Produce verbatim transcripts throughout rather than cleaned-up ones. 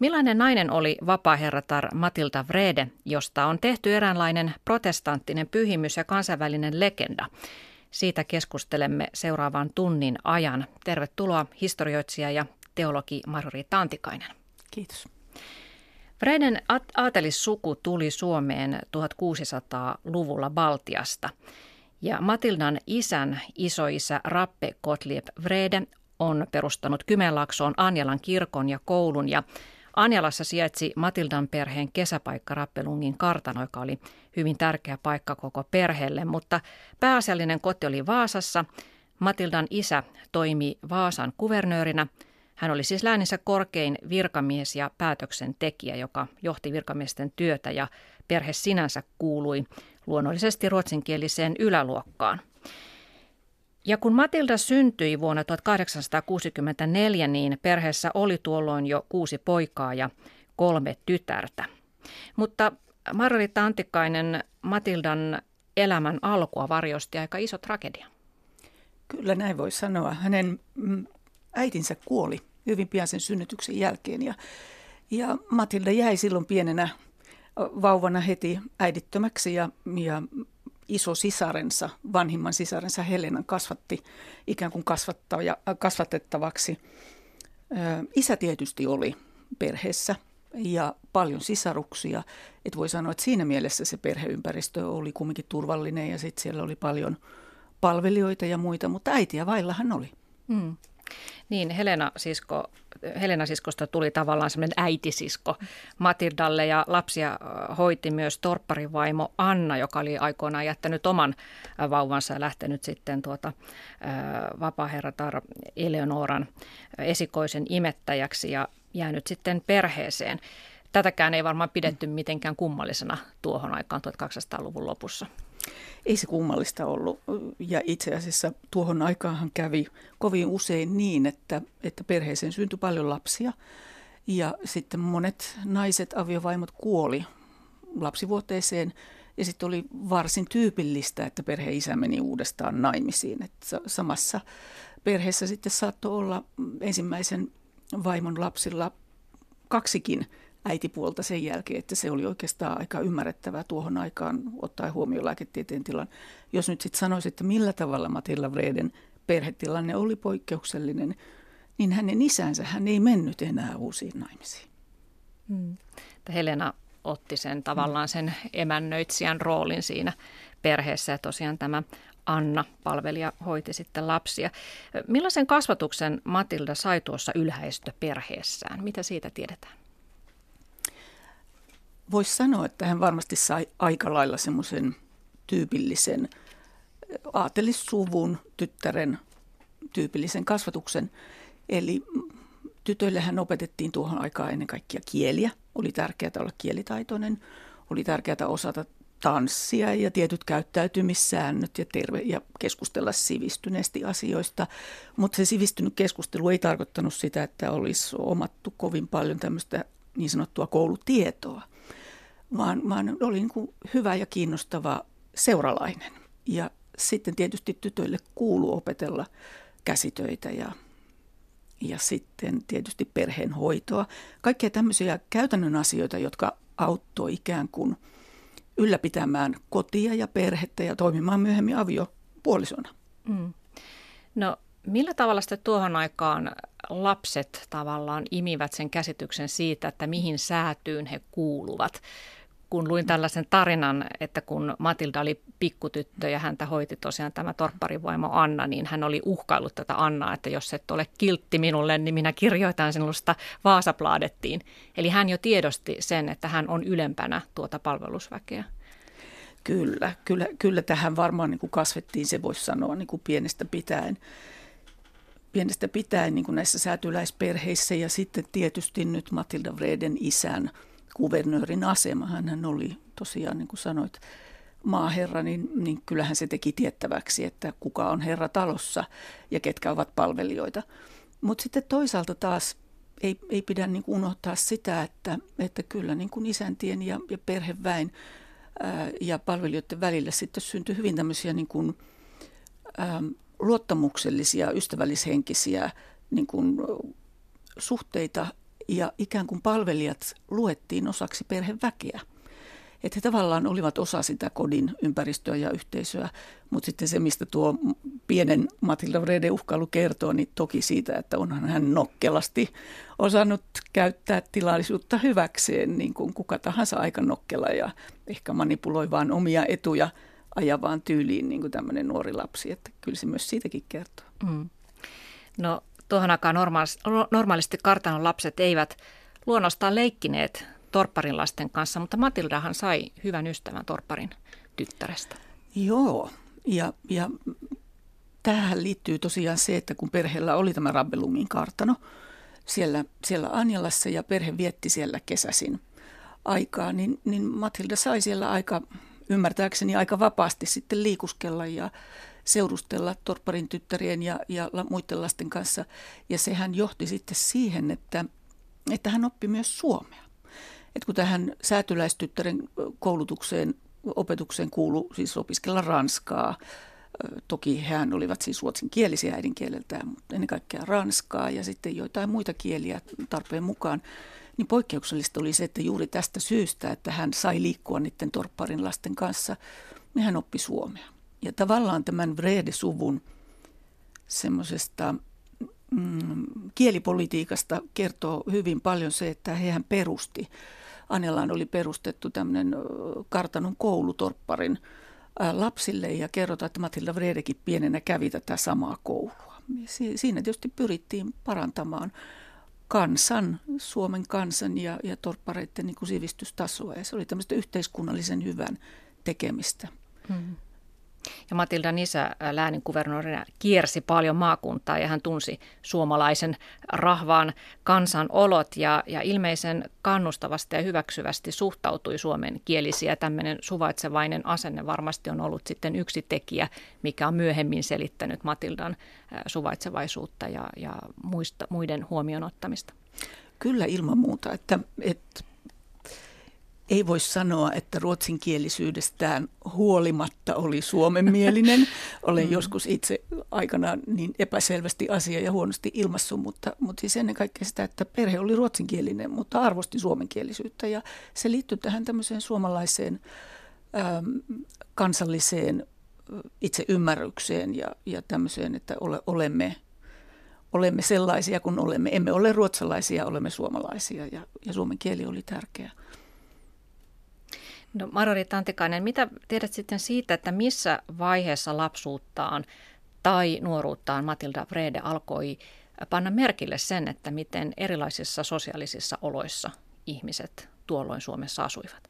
Millainen nainen oli vapaaherratar Matilda Wrede, josta on tehty eräänlainen protestanttinen pyhimys ja kansainvälinen legenda? Siitä keskustelemme seuraavan tunnin ajan. Tervetuloa historioitsija ja teologi Marjoriitta Antikainen. Kiitos. Wreden aatelissuku tuli Suomeen tuhatkuusisataaluvulla Baltiasta ja Matildan isän isoisä Rappe Gottlieb Wrede on perustanut Kymenlaaksoon Anjalan kirkon ja koulun ja Anjalassa sijaitsi Matildan perheen kesäpaikka Rappelungin kartano, joka oli hyvin tärkeä paikka koko perheelle, mutta pääasiallinen koti oli Vaasassa. Matildan isä toimi Vaasan kuvernöörinä. Hän oli siis lääninsä korkein virkamies ja päätöksentekijä, joka johti virkamiesten työtä ja perhe sinänsä kuului luonnollisesti ruotsinkieliseen yläluokkaan. Ja kun Matilda syntyi vuonna tuhatkahdeksansataakuusikymmentäneljä, niin perheessä oli tuolloin jo kuusi poikaa ja kolme tytärtä. Mutta Marjoriitta Antikainen, Matildan elämän alkua varjosti aika iso tragedia. Kyllä näin voi sanoa. Hänen äitinsä kuoli hyvin pian sen synnytyksen jälkeen ja, ja Matilda jäi silloin pienenä vauvana heti äidittömäksi ja, ja iso sisarensa, vanhimman sisarensa Helenan kasvatti ikään kuin kasvatettavaksi. Isä tietysti oli perheessä ja paljon sisaruksia. Et voi sanoa, että siinä mielessä se perheympäristö oli kumminkin turvallinen ja sitten siellä oli paljon palvelijoita ja muita, mutta äitiä vailla hän oli. Hmm. Niin, Helena, sisko, Helena siskosta tuli tavallaan semmoinen äitisisko Matildalle ja lapsia hoiti myös torpparivaimo Anna, joka oli aikoinaan jättänyt oman vauvansa ja lähtenyt sitten tuota, vapaaherratar Eleonoran esikoisen imettäjäksi ja jäänyt sitten perheeseen. Tätäkään ei varmaan pidetty mitenkään kummallisena tuohon aikaan tuhatkahdeksansataaluvun lopussa. Ei se kummallista ollut ja itse asiassa tuohon aikaanhan kävi kovin usein niin, että, että perheeseen syntyi paljon lapsia ja sitten monet naiset, aviovaimot kuoli lapsivuoteeseen ja sitten oli varsin tyypillistä, että perheen isä meni uudestaan naimisiin. Että samassa perheessä sitten saattoi olla ensimmäisen vaimon lapsilla kaksikin äitipuolta sen jälkeen, että se oli oikeastaan aika ymmärrettävää tuohon aikaan, ottaen huomioon lääketieteen tilan. Jos nyt sitten sanoisi, että millä tavalla Matilda Wreden perhetilanne oli poikkeuksellinen, niin hänen isänsä hän ei mennyt enää uusiin naimisiin. Hmm. Helena otti sen tavallaan sen emännöitsijän roolin siinä perheessä ja tosiaan tämä Anna, palvelija, hoiti sitten lapsia. Millaisen kasvatuksen Matilda sai tuossa ylhäistöperheessään? Mitä siitä tiedetään? Voisi sanoa, että hän varmasti sai aika lailla semmoisen tyypillisen aatelissuvun tyttären tyypillisen kasvatuksen. Eli tytöille hän opetettiin tuohon aikaan ennen kaikkea kieliä. Oli tärkeää olla kielitaitoinen, oli tärkeää osata tanssia ja tietyt käyttäytymissäännöt ja, terve, ja keskustella sivistyneesti asioista. Mutta se sivistynyt keskustelu ei tarkoittanut sitä, että olisi omattu kovin paljon tämmöistä niin sanottua koulutietoa. Vaan, vaan oli niin kuin hyvä ja kiinnostava seuralainen. Ja sitten tietysti tytöille kuului opetella käsitöitä ja, ja sitten tietysti perheenhoitoa. Kaikkea tämmöisiä käytännön asioita, jotka auttoi ikään kuin ylläpitämään kotia ja perhettä ja toimimaan myöhemmin aviopuolisona. Mm. No millä tavalla sitten tuohon aikaan lapset tavallaan imivät sen käsityksen siitä, että mihin säätyyn he kuuluvat? Kun luin tällaisen tarinan, että kun Matilda oli pikkutyttö ja häntä hoiti tosiaan tämä torpparivaimo Anna, niin hän oli uhkaillut tätä Annaa, että jos et ole kiltti minulle, niin minä kirjoitan sinusta Vaasapladettiin. Eli hän jo tiedosti sen, että hän on ylempänä tuota palvelusväkeä. Kyllä, kyllä, kyllä tähän varmaan niin kuin kasvettiin, se voisi sanoa niin kuin pienestä pitäen. Pienestä pitäen niin kuin näissä säätyläisperheissä ja sitten tietysti nyt Matilda Wreden isän kuvernöörin asema. Hän oli tosiaan, niin kuin sanoit, maaherra, niin, niin kyllähän se teki tiettäväksi, että kuka on herra talossa ja ketkä ovat palvelijoita. Mutta sitten toisaalta taas ei, ei pidä niin kuin unohtaa sitä, että, että kyllä niin kuin isäntien ja, ja perheväen ää, ja palvelijoiden välillä sitten syntyi hyvin tämmöisiä niin kuin, ää, luottamuksellisia, ystävällishenkisiä niin kuin suhteita, ja ikään kuin palvelijat luettiin osaksi perheväkeä. Että he tavallaan olivat osa sitä kodin ympäristöä ja yhteisöä, mutta sitten se, mistä tuo pienen Matilda Wrede uhkailu kertoo, niin toki siitä, että onhan hän nokkelasti osannut käyttää tilaisuutta hyväkseen, niin kuin kuka tahansa aika nokkela ja ehkä manipuloi vaan omia etuja ajavaan tyyliin, niin kuin tämmöinen nuori lapsi, että kyllä se myös siitäkin kertoo. Mm. No tuohon aikaan normaalisti, normaalisti kartanon lapset eivät luonnostaan leikkineet torpparin lasten kanssa, mutta Matildahan sai hyvän ystävän torpparin tyttärestä. Joo, ja, ja tähän liittyy tosiaan se, että kun perheellä oli tämä Rabbelungin kartano siellä, siellä Anjalassa ja perhe vietti siellä kesäsin aikaa, niin, niin Matilda sai siellä aika, ymmärtääkseni aika vapaasti sitten liikuskella ja seurustella torpparin tyttärien ja, ja muiden lasten kanssa. Ja sehän johti sitten siihen, että, että hän oppi myös suomea. Et kun tähän säätyläistyttären koulutukseen, opetukseen kuului siis opiskella ranskaa, toki hän olivat siis ruotsinkielisiä äidinkieleltään, mutta ennen kaikkea ranskaa ja sitten joitain muita kieliä tarpeen mukaan, niin poikkeuksellista oli se, että juuri tästä syystä, että hän sai liikkua niiden torpparin lasten kanssa, niin hän oppi suomea. Ja tavallaan tämän Wrede-suvun semmoisesta mm, kielipolitiikasta kertoo hyvin paljon se, että hehän perusti. Anjallaan oli perustettu tämmöinen kartanon koulu torpparin lapsille ja kerrotaan, että Matilda Wredekin pienenä kävi tätä samaa koulua. Siinä tietysti pyrittiin parantamaan kansan, Suomen kansan ja, ja torppareiden niin kuin sivistystasoa ja se oli tämmöistä yhteiskunnallisen hyvän tekemistä. Hmm. Ja Matildan isä lääninkuvernöörinä kiersi paljon maakuntaa ja hän tunsi suomalaisen rahvaan kansan olot ja, ja ilmeisen kannustavasti ja hyväksyvästi suhtautui suomen kielisiä. Tämmöinen suvaitsevainen asenne varmasti on ollut sitten yksi tekijä, mikä on myöhemmin selittänyt Matildan suvaitsevaisuutta ja, ja muista, muiden huomioon ottamista. Kyllä ilman muuta, että... että ei voi sanoa, että ruotsinkielisyydestään huolimatta oli suomenmielinen. Olen mm. joskus itse aikanaan niin epäselvästi asia ja huonosti ilmaissut, mutta, mutta siis ennen kaikkea sitä, että perhe oli ruotsinkielinen, mutta arvosti suomenkielisyyttä. Ja se liittyy tähän tämmöiseen suomalaiseen äm, kansalliseen itseymmärrykseen ja, ja tämmöiseen, että ole, olemme, olemme sellaisia kuin olemme. Emme ole ruotsalaisia, olemme suomalaisia ja, ja suomen kieli oli tärkeä. No Maroriitta Antikainen, mitä tiedät sitten siitä, että missä vaiheessa lapsuuttaan tai nuoruuttaan Matilda Wrede alkoi panna merkille sen, että miten erilaisissa sosiaalisissa oloissa ihmiset tuolloin Suomessa asuivat?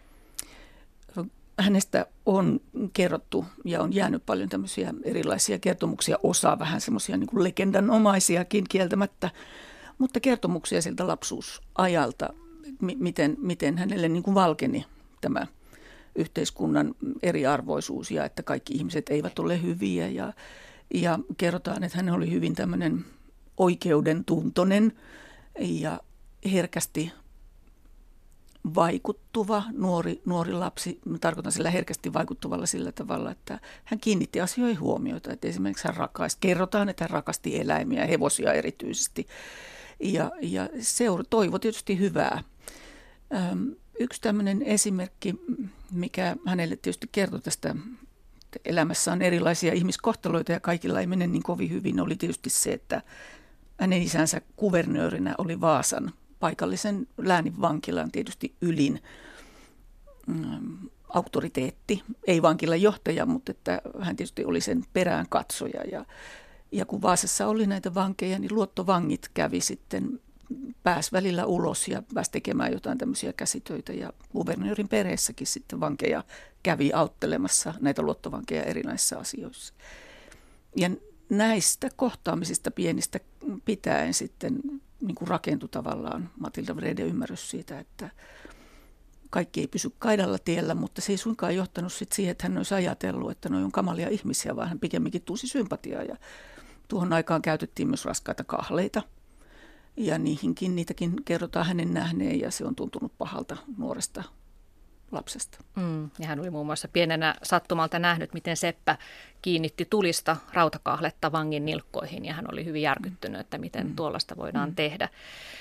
Hänestä on kerrottu ja on jäänyt paljon tämmöisiä erilaisia kertomuksia, osa vähän semmoisia niin kuin legendanomaisiakin kieltämättä, mutta kertomuksia siltä lapsuusajalta, miten, miten hänelle niin kuin valkeni tämä yhteiskunnan eriarvoisuus ja että kaikki ihmiset eivät ole hyviä ja, ja kerrotaan, että hän oli hyvin tämmöinen oikeudentuntoinen ja herkästi vaikuttuva nuori, nuori lapsi. Mä tarkoitan sillä herkästi vaikuttuvalla sillä tavalla, että hän kiinnitti asioihin huomiota. Että esimerkiksi hän rakasti, kerrotaan, että hän rakasti eläimiä, hevosia erityisesti ja, ja seura, toivo tietysti hyvää. Öm, Yksi tämmöinen esimerkki, mikä hänelle tietysti kertoi tästä, että elämässä on erilaisia ihmiskohtaloita ja kaikilla ei mene niin kovin hyvin, oli tietysti se, että hänen isänsä kuvernöörinä oli Vaasan paikallisen läänin vankilan tietysti ylin mm, auktoriteetti, ei vankilan johtaja, mutta että hän tietysti oli sen perään katsoja ja, ja kun Vaasassa oli näitä vankeja, niin luottovangit kävi sitten pääsi välillä ulos ja pääsi tekemään jotain tämmöisiä käsitöitä ja kuvernöörin perheessäkin sitten vankeja kävi auttelemassa näitä luottovankeja erinäisissä asioissa. Ja näistä kohtaamisista pienistä pitäen sitten niin kuin rakentui tavallaan Matilda Wrede ymmärrys siitä, että kaikki ei pysy kaidalla tiellä, mutta se ei suinkaan johtanut sitten siihen, että hän olisi ajatellut, että ne on kamalia ihmisiä, vaan hän pikemminkin tunsi sympatiaa ja tuohon aikaan käytettiin myös raskaita kahleita. Ja niihinkin, niitäkin kerrotaan hänen nähneen ja se on tuntunut pahalta nuoresta lapsesta. Mm, ja hän oli muun muassa pienenä sattumalta nähnyt, miten seppä kiinnitti tulista rautakahletta vangin nilkkoihin ja hän oli hyvin järkyttynyt, että miten mm. tuollaista voidaan mm. tehdä.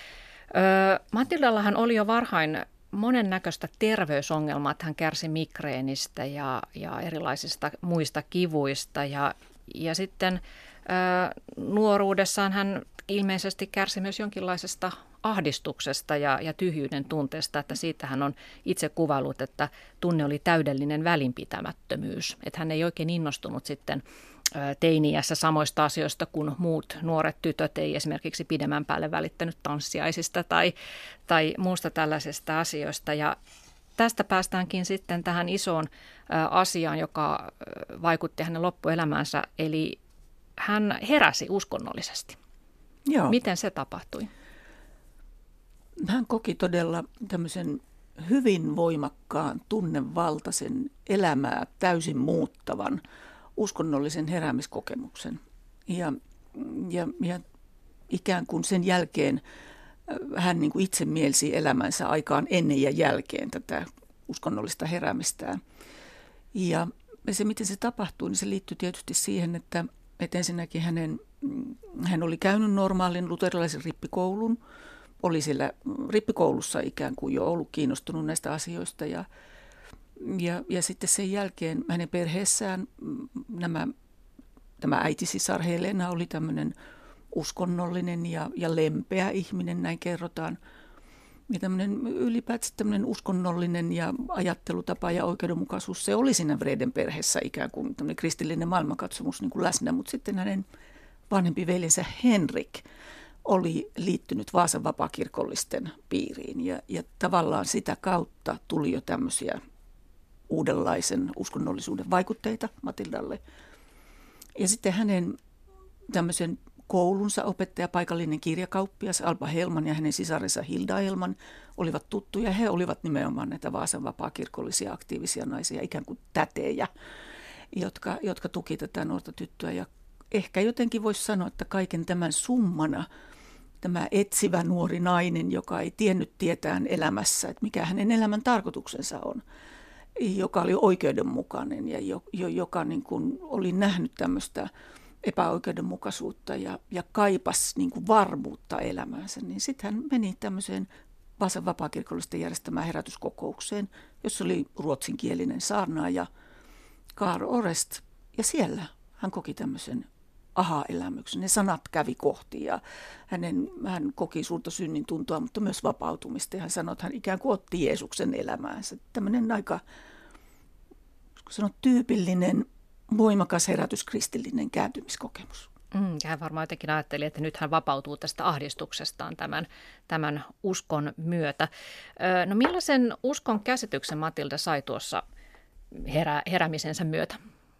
Matildallahan oli jo varhain monennäköistä terveysongelmaa, että hän kärsi migreenistä ja, ja erilaisista muista kivuista ja, ja sitten ö, nuoruudessaan hän ilmeisesti kärsi myös jonkinlaisesta ahdistuksesta ja, ja tyhjyyden tunteesta, että siitä hän on itse kuvaillut, että tunne oli täydellinen välinpitämättömyys, että hän ei oikein innostunut sitten teiniässä samoista asioista kuin muut nuoret tytöt, ei esimerkiksi pidemmän päälle välittänyt tanssiaisista tai, tai muusta tällaisesta asioista. Ja tästä päästäänkin sitten tähän isoon asiaan, joka vaikutti hänen loppuelämäänsä, eli hän heräsi uskonnollisesti. Joo. Miten se tapahtui? Hän koki todella tämmöisen hyvin voimakkaan, tunnevaltaisen, elämää täysin muuttavan uskonnollisen heräämiskokemuksen. Ja, ja, ja ikään kuin sen jälkeen hän niin kuin itse mielsi elämänsä aikaan ennen ja jälkeen tätä uskonnollista heräämistään. Ja se, miten se tapahtui, niin se liittyy tietysti siihen, että, että ensinnäkin hänen, hän oli käynyt normaalin luterilaisen rippikoulun, oli siellä rippikoulussa ikään kuin jo ollut kiinnostunut näistä asioista ja Ja, ja sitten sen jälkeen hänen perheessään nämä, tämä äitisisar Helena oli tämmöinen uskonnollinen ja, ja lempeä ihminen, näin kerrotaan. Ja tämmöinen ylipäätään tämmöinen uskonnollinen ja ajattelutapa ja oikeudenmukaisuus, se oli siinä Vreden perheessä ikään kuin tämmöinen kristillinen maailmankatsomus niin kuin läsnä. Mutta sitten hänen vanhempi veljensä Henrik oli liittynyt Vaasan vapaakirkollisten piiriin ja, ja tavallaan sitä kautta tuli jo tämmöisiä uudenlaisen uskonnollisuuden vaikutteita Matildalle. Ja sitten hänen tämmöisen koulunsa opettaja, paikallinen kirjakauppias Alba Helman ja hänen sisarensa Hilda Helman olivat tuttuja. He olivat nimenomaan näitä Vaasan vapaakirkollisia aktiivisia naisia, ikään kuin tätejä, jotka, jotka tuki tätä nuorta tyttöä. Ja ehkä jotenkin voisi sanoa, että kaiken tämän summana tämä etsivä nuori nainen, joka ei tiennyt tietään elämässä, että mikä hänen elämän tarkoituksensa on, joka oli oikeudenmukainen ja jo, jo, joka niin kuin oli nähnyt tämmöistä epäoikeudenmukaisuutta ja, ja kaipasi niin kuin varmuutta elämäänsä, niin sitten hän meni tämmöiseen Vaasan vapaakirkollisten järjestämään herätyskokoukseen, jossa oli ruotsinkielinen saarnaaja Karl Orest, ja siellä hän koki tämmöisen aha-elämyksen. Ne sanat kävi kohti ja hänen, hän koki suurta synnin tuntoa, mutta myös vapautumista. Ja hän sanoi, että hän ikään kuin otti Jeesuksen elämäänsä. Tämmöinen aika sanot, tyypillinen, voimakas herätyskristillinen kääntymiskokemus. Mm, hän varmaan jotenkin ajatteli, että nyt hän vapautuu tästä ahdistuksestaan tämän, tämän uskon myötä. No millaisen uskon käsityksen Matilda sai tuossa herä, heräämisensä myötä?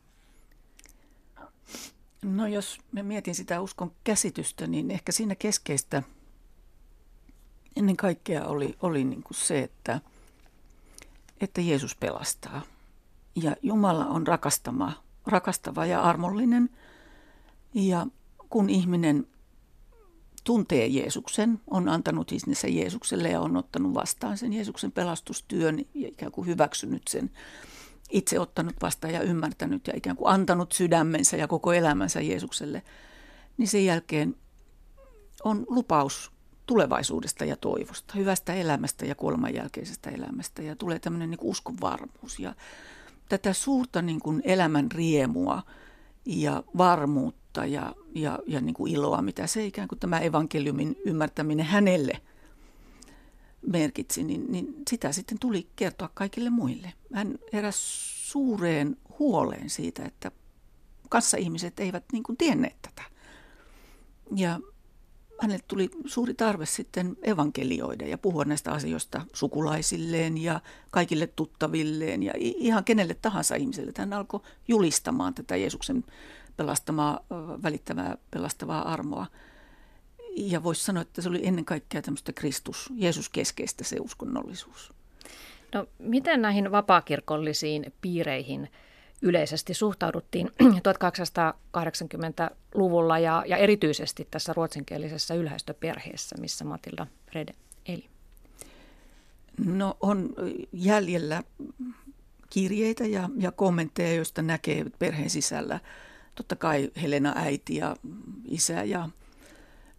No jos mä mietin sitä uskon käsitystä, niin ehkä siinä keskeistä ennen kaikkea oli, oli niin kuin se, että, että Jeesus pelastaa. Ja Jumala on rakastama, rakastava ja armollinen. Ja kun ihminen tuntee Jeesuksen, on antanut itsensä Jeesukselle ja on ottanut vastaan sen Jeesuksen pelastustyön ja ikään kuin hyväksynyt sen, itse ottanut vastaan ja ymmärtänyt ja ikään kuin antanut sydämensä ja koko elämänsä Jeesukselle, niin sen jälkeen on lupaus tulevaisuudesta ja toivosta, hyvästä elämästä ja kuoleman jälkeisestä elämästä ja tulee tämmöinen niin kuin uskonvarmuus. Ja tätä suurta niin kuin elämän riemua ja varmuutta ja, ja, ja niin kuin iloa, mitä se ikään kuin tämä evankeliumin ymmärtäminen hänelle merkitsi, niin, niin sitä sitten tuli kertoa kaikille muille. Hän heräsi suureen huoleen siitä, että kanssaihmiset eivät niin kuin tienneet tätä. Ja hänelle tuli suuri tarve sitten evankelioida ja puhua näistä asioista sukulaisilleen ja kaikille tuttavilleen ja ihan kenelle tahansa ihmiselle. Hän alkoi julistamaan tätä Jeesuksen pelastamaa, välittävää pelastavaa armoa. Ja voisi sanoa, että se oli ennen kaikkea tämmöistä Kristus, Jeesus-keskeistä se uskonnollisuus. No miten näihin vapaakirkollisiin piireihin yleisesti suhtauduttiin tuhatkahdeksansataakahdeksankymmentäluvulla ja, ja erityisesti tässä ruotsinkielisessä ylhäistöperheessä, missä Matilda Vrede eli? No on jäljellä kirjeitä ja, ja kommentteja, joista näkee perheen sisällä totta kai Helena äiti ja isä ja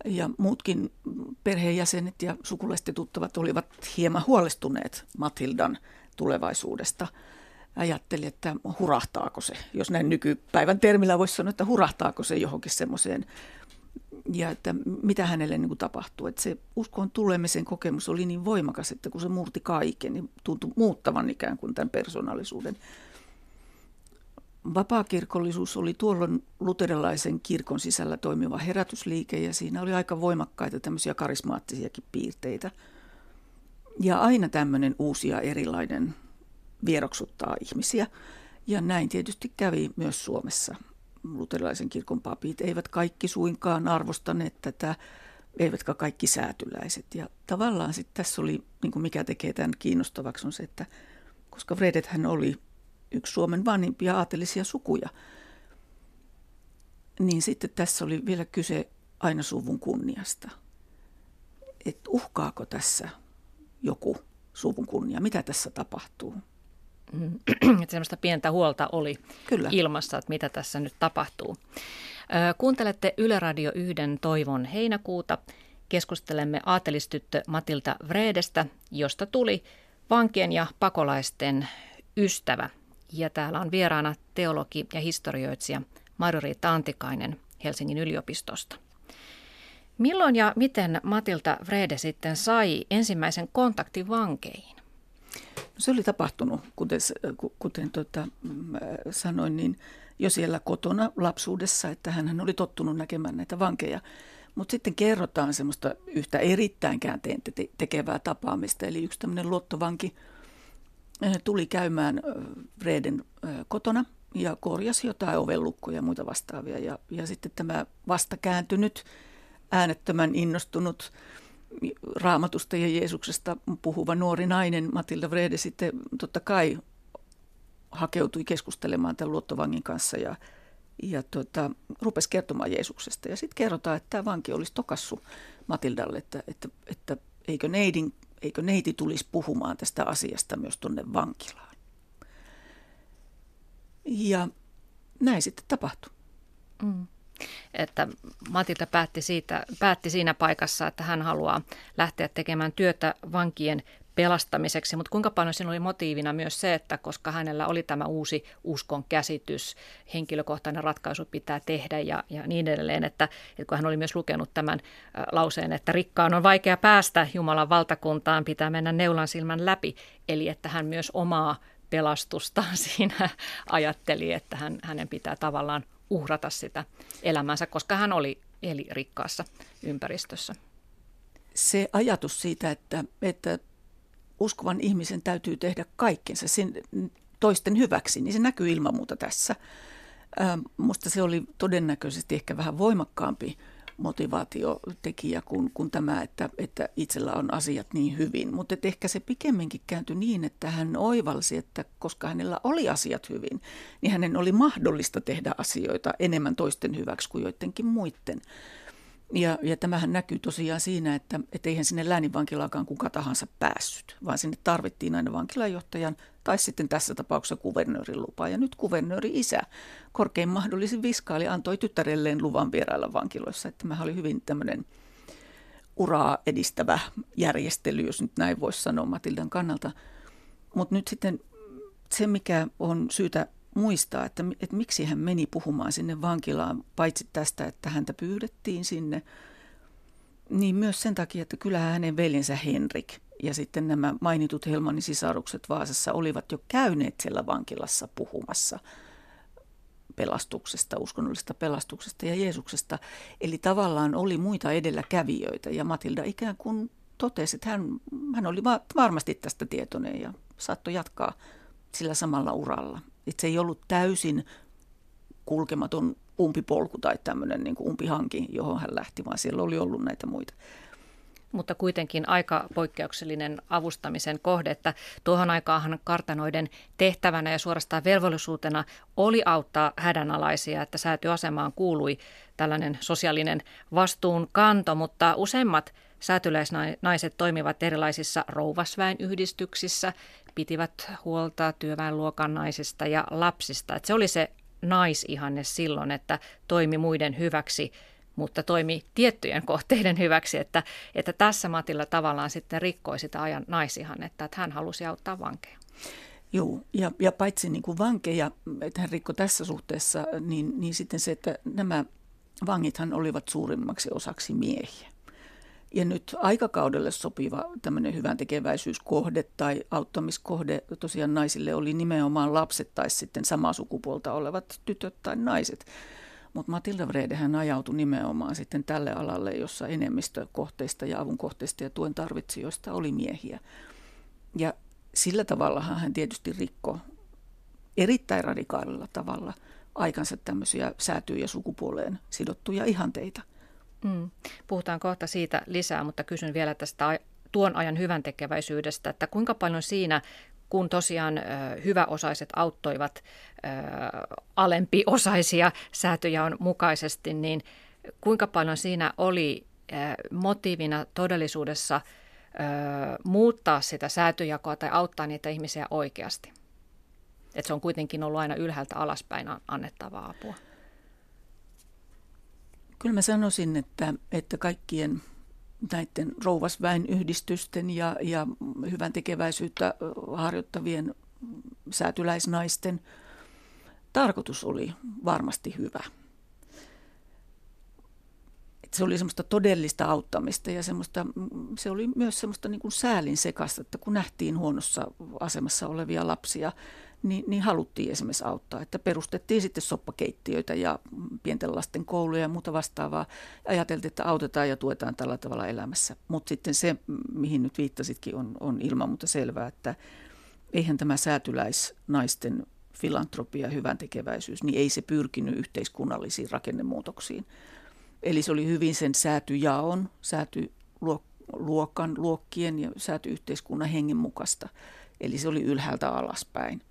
ja muutkin perheenjäsenet ja sukulaiset tuttavat olivat hieman huolestuneet Matildan tulevaisuudesta. Ajatteli, että hurahtaako se, jos näin nykypäivän termillä voisi sanoa, että hurahtaako se johonkin semmoiseen, ja että mitä hänelle niin kuin tapahtuu. Että se uskoon tulemisen kokemus oli niin voimakas, että kun se murti kaiken, niin tuntui muuttavan ikään kuin tämän persoonallisuuden. Vapaakirkollisuus oli tuolloin luterilaisen kirkon sisällä toimiva herätysliike, ja siinä oli aika voimakkaita tämmöisiä karismaattisiakin piirteitä. Ja aina tämmöinen uusi ja erilainen vieroksuttaa ihmisiä, ja näin tietysti kävi myös Suomessa. Luterilaisen kirkon papit eivät kaikki suinkaan arvostaneet tätä, eivätkä kaikki säätyläiset. Ja tavallaan sitten tässä oli, niin kuin mikä tekee tämän kiinnostavaksi, on se, että koska Wredethän oli yksi Suomen vanhimpia aatelisia sukuja, niin sitten tässä oli vielä kyse aina suvun kunniasta. Että uhkaako tässä joku suvun kunnia? Mitä tässä tapahtuu? Että semmoista pientä huolta oli Kyllä. ilmassa, että mitä tässä nyt tapahtuu. Kuuntelette Yle Radio yhden Toivon heinäkuuta. Keskustelemme aatelistyttö Matilda Wredestä, josta tuli vankien ja pakolaisten ystävä. Ja täällä on vieraana teologi ja historioitsija Marjo-Riitta Antikainen Helsingin yliopistosta. Milloin ja miten Matilda Wrede sitten sai ensimmäisen kontaktin vankeihin? Se oli tapahtunut, kuten, kuten tota, sanoin, niin jo siellä kotona lapsuudessa, että hän oli tottunut näkemään näitä vankeja. Mutta sitten kerrotaan semmoista yhtä erittäin käänteen tekevää tapaamista. Eli yksi tämmöinen luottovanki tuli käymään Wreden kotona ja korjasi jotain ovellukkoja ja muita vastaavia. Ja, ja sitten tämä vastakääntynyt, äänettömän innostunut Raamatusta ja Jeesuksesta puhuva nuori nainen Matilda Wrede sitten totta kai hakeutui keskustelemaan tämän luottovangin kanssa ja, ja tuota, rupesi kertomaan Jeesuksesta. Ja sitten kerrotaan, että tämä vanki olisi tokassut Matildalle, että, että, että eikö, neidin, eikö neiti tulisi puhumaan tästä asiasta myös tuonne vankilaan. Ja näin sitten tapahtui. Mm. Että Matilda päätti, siitä, päätti siinä paikassa, että hän haluaa lähteä tekemään työtä vankien pelastamiseksi, mutta kuinka paljon siinä oli motiivina myös se, että koska hänellä oli tämä uusi uskon käsitys, henkilökohtainen ratkaisu pitää tehdä ja, ja niin edelleen, että, että kun hän oli myös lukenut tämän ä, lauseen, että rikkaan on vaikea päästä Jumalan valtakuntaan, pitää mennä neulan silmän läpi, eli että hän myös omaa pelastustaan siinä ajatteli, että hän, hänen pitää tavallaan uhrata sitä elämänsä, koska hän oli eli rikkaassa ympäristössä. Se ajatus siitä, että, että uskovan ihmisen täytyy tehdä kaikkensa sen toisten hyväksi, niin se näkyy ilman muuta tässä. Minusta se oli todennäköisesti ehkä vähän voimakkaampi motivaatiotekijä kuin, kuin tämä, että, että itsellä on asiat niin hyvin. Mutta ehkä se pikemminkin kääntyi niin, että hän oivalsi, että koska hänellä oli asiat hyvin, niin hänen oli mahdollista tehdä asioita enemmän toisten hyväksi kuin joidenkin muiden. Ja, ja tämähän näkyy tosiaan siinä, että et eihän sinne lääninvankilaakaan kuka tahansa päässyt, vaan sinne tarvittiin aina vankilajohtajan tai sitten tässä tapauksessa kuvernöörin lupa. Ja nyt kuvernööri isä, korkein mahdollisin viskaali, antoi tyttärelleen luvan vierailla vankiloissa. Että tämähän oli hyvin tämmöinen uraa edistävä järjestely, jos nyt näin voisi sanoa Matildan kannalta. Mutta nyt sitten se, mikä on syytä muistaa, että, että miksi hän meni puhumaan sinne vankilaan, paitsi tästä, että häntä pyydettiin sinne, niin myös sen takia, että kyllähän hänen veljensä Henrik ja sitten nämä mainitut Helmanin sisarukset Vaasassa olivat jo käyneet siellä vankilassa puhumassa pelastuksesta, uskonnollisesta pelastuksesta ja Jeesuksesta. Eli tavallaan oli muita edelläkävijöitä ja Matilda ikään kuin totesi, että hän, hän oli varmasti tästä tietoinen ja saattoi jatkaa sillä samalla uralla. Että se ei ollut täysin kulkematon umpipolku tai tämmöinen niin kuin umpihanki, johon hän lähti, vaan siellä oli ollut näitä muita. Mutta kuitenkin aika poikkeuksellinen avustamisen kohde, että tuohon aikaan kartanoiden tehtävänä ja suorastaan velvollisuutena oli auttaa hädänalaisia, että säätyasemaan kuului tällainen sosiaalinen vastuunkanto, mutta useimmat säätyläisnaiset toimivat erilaisissa rouvasväenyhdistyksissä, pitivät huolta työväenluokan naisista ja lapsista. Että se oli se naisihanne silloin, että toimi muiden hyväksi mutta toimi tiettyjen kohteiden hyväksi, että, että tässä Matilda tavallaan sitten rikkoi sitä ajan naisihannetta, että hän halusi auttaa vankeja. Joo, ja, ja paitsi niin kuin vankeja, että hän rikkoi tässä suhteessa, niin, niin sitten se, että nämä vangithan olivat suurimmaksi osaksi miehiä. Ja nyt aikakaudelle sopiva tämmöinen hyvän tekeväisyyskohde tai auttamiskohde tosiaan naisille oli nimenomaan lapset tai sitten samaa sukupuolta olevat tytöt tai naiset. Mutta Matilda Wrede hän ajautui nimenomaan sitten tälle alalle, jossa enemmistö kohteista ja avun kohteista ja tuen tarvitsijoista oli miehiä. Ja sillä tavallahan hän tietysti rikkoi erittäin radikaalilla tavalla aikansa tämmöisiä säätyyn ja sukupuoleen sidottuja ihanteita. Mm. Puhutaan kohta siitä lisää, mutta kysyn vielä tästä tuon ajan hyväntekeväisyydestä, että kuinka paljon siinä, kun tosiaan ö, hyväosaiset auttoivat ö, alempiosaisia säätöjaon mukaisesti, niin kuinka paljon siinä oli ö, motiivina todellisuudessa ö, muuttaa sitä säätöjakoa tai auttaa niitä ihmisiä oikeasti? Että se on kuitenkin ollut aina ylhäältä alaspäin annettavaa apua. Kyllä mä sanoisin, että, että kaikkien näiden rouvasväen yhdistysten ja, ja hyvän tekeväisyyttä harjoittavien säätyläisnaisten tarkoitus oli varmasti hyvä. Että se oli semmoista todellista auttamista ja semmoista, se oli myös semmoista niin kuin säälin sekasta, että kun nähtiin huonossa asemassa olevia lapsia, Niin, niin haluttiin esimerkiksi auttaa, että perustettiin sitten soppakeittiöitä ja pienten lasten kouluja ja muuta vastaavaa. Ajateltiin, että autetaan ja tuetaan tällä tavalla elämässä. Mutta sitten se, mihin nyt viittasitkin, on, on ilman muuta selvää, että eihän tämä säätyläisnaisten filantropia ja hyvän tekeväisyys, niin ei se pyrkinyt yhteiskunnallisiin rakennemuutoksiin. Eli se oli hyvin sen säätyjaon, säätyluokan, luokkien ja säätyyhteiskunnan hengen mukaista. Eli se oli ylhäältä alaspäin.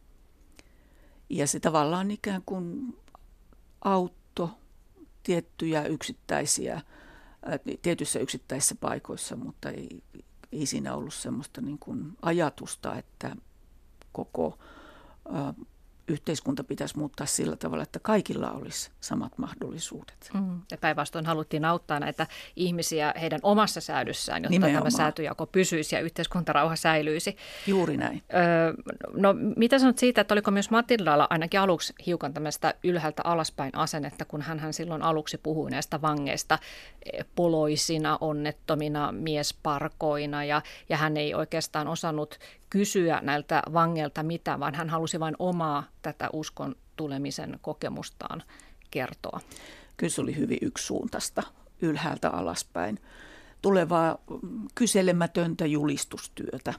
Ja se tavallaan ikään kuin auttoi tiettyjä yksittäisiä, tietyissä yksittäisissä paikoissa, mutta ei, ei siinä ollut semmoista niin kuin ajatusta, että koko ä, yhteiskunta pitäisi muuttaa sillä tavalla, että kaikilla olisi samat mahdollisuudet. Mm. Ja päinvastoin haluttiin auttaa näitä ihmisiä heidän omassa säädyssään, jotta Nimenomaan. Tämä säätyjako pysyisi ja yhteiskuntarauha säilyisi. Juuri näin. Öö, no mitä sanot siitä, että oliko myös Matildalla ainakin aluksi hiukan tämmöistä ylhäältä alaspäin asennetta, kun hän silloin aluksi puhui näistä vangeista poloisina, onnettomina, miesparkoina ja, ja hän ei oikeastaan osannut kysyä näiltä vangeilta mitään, vaan hän halusi vain omaa tätä uskon tulemisen kokemustaan kertoa. Kyllä se oli hyvin yksisuuntaista, ylhäältä alaspäin. Tulevaa kyselemätöntä julistustyötä.